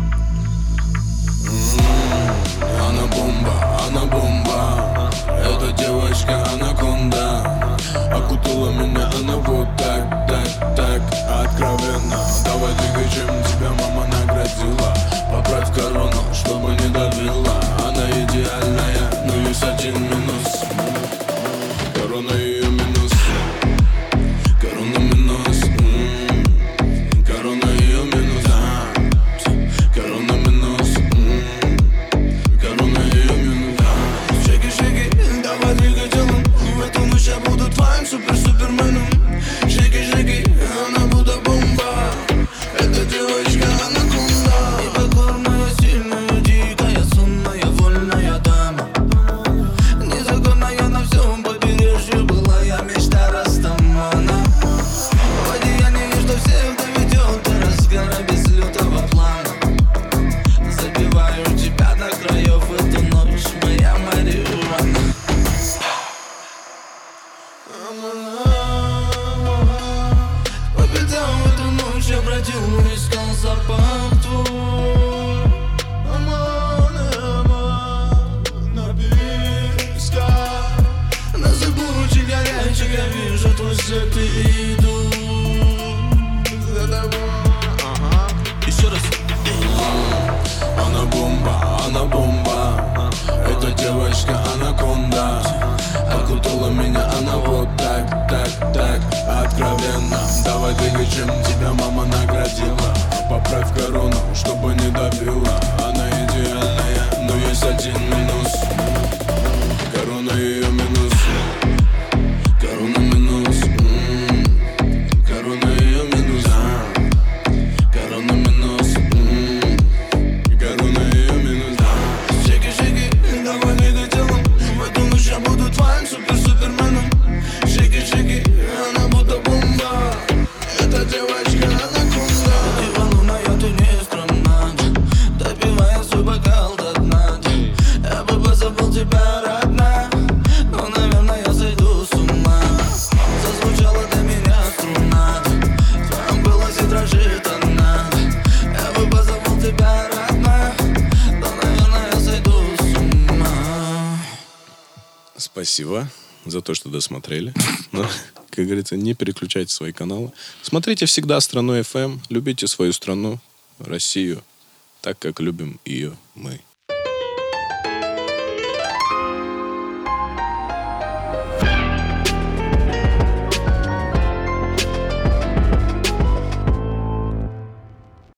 C: М. Она бомба. Она бомба. Эта девочка анаконда. Окутала меня она вот так, так, так откровенно. Давай двигай, чем тебя мама наградила. Поправь корону, чтобы не давила. Она идеальная, но есть один минус. Корона ее минус. Корона минус. М. Корона ее минус. А. Корона минус. М. Корона ее минус. А. Шеки, шеки, давай двигай телом. В эту ночь я буду твоим супер-суперменом. Шеки, шеки, она будет бомба. Эта девочка анаконда. Непокорная, сильная, дикая, сонная, вольная дама. Незаконная на всем побережье была я мечта Растамана. В одеянии, что всех доведет до разгара без лютого плана. Забиваю тебя до краев, эту ночь моя марихуана. По пятам в эту ночь я бродил, искал запах твой. Аман, аман, на песках. На зыбучий горячий я вижу твой след и иду за тобой. Еще раз. Она бомба, она бомба. Эта девочка анаконда. Окутала меня она вот так, так, так давай двигай, чем тебя мама наградила. Поправь корону, чтобы не добила. Она идеальная, но есть один минус. Корона ее минус. Корона минус. М-м. Корона ее минус. Корона минус. М-м. Корона ее минус. Шики, шики, давай двигай телом. В эту ночь я буду твоим супер-суперменом. Шики, шики, она будто бомба. Эта девочка анаконда. Дивануная, ты не странна. Допивая свой бокал до дна. Я бы позабыл тебя, родная. Но, наверное, я сойду с ума. Зазвучала для меня струна. В твоем голосе дрожит она. Я бы позабыл тебя, родная. Но, наверное, я сойду с ума.
F: Спасибо за то, что досмотрели. Но, как говорится, не переключайте свои каналы. Смотрите всегда Страну эф эм. Любите свою страну, Россию, так, как любим ее мы.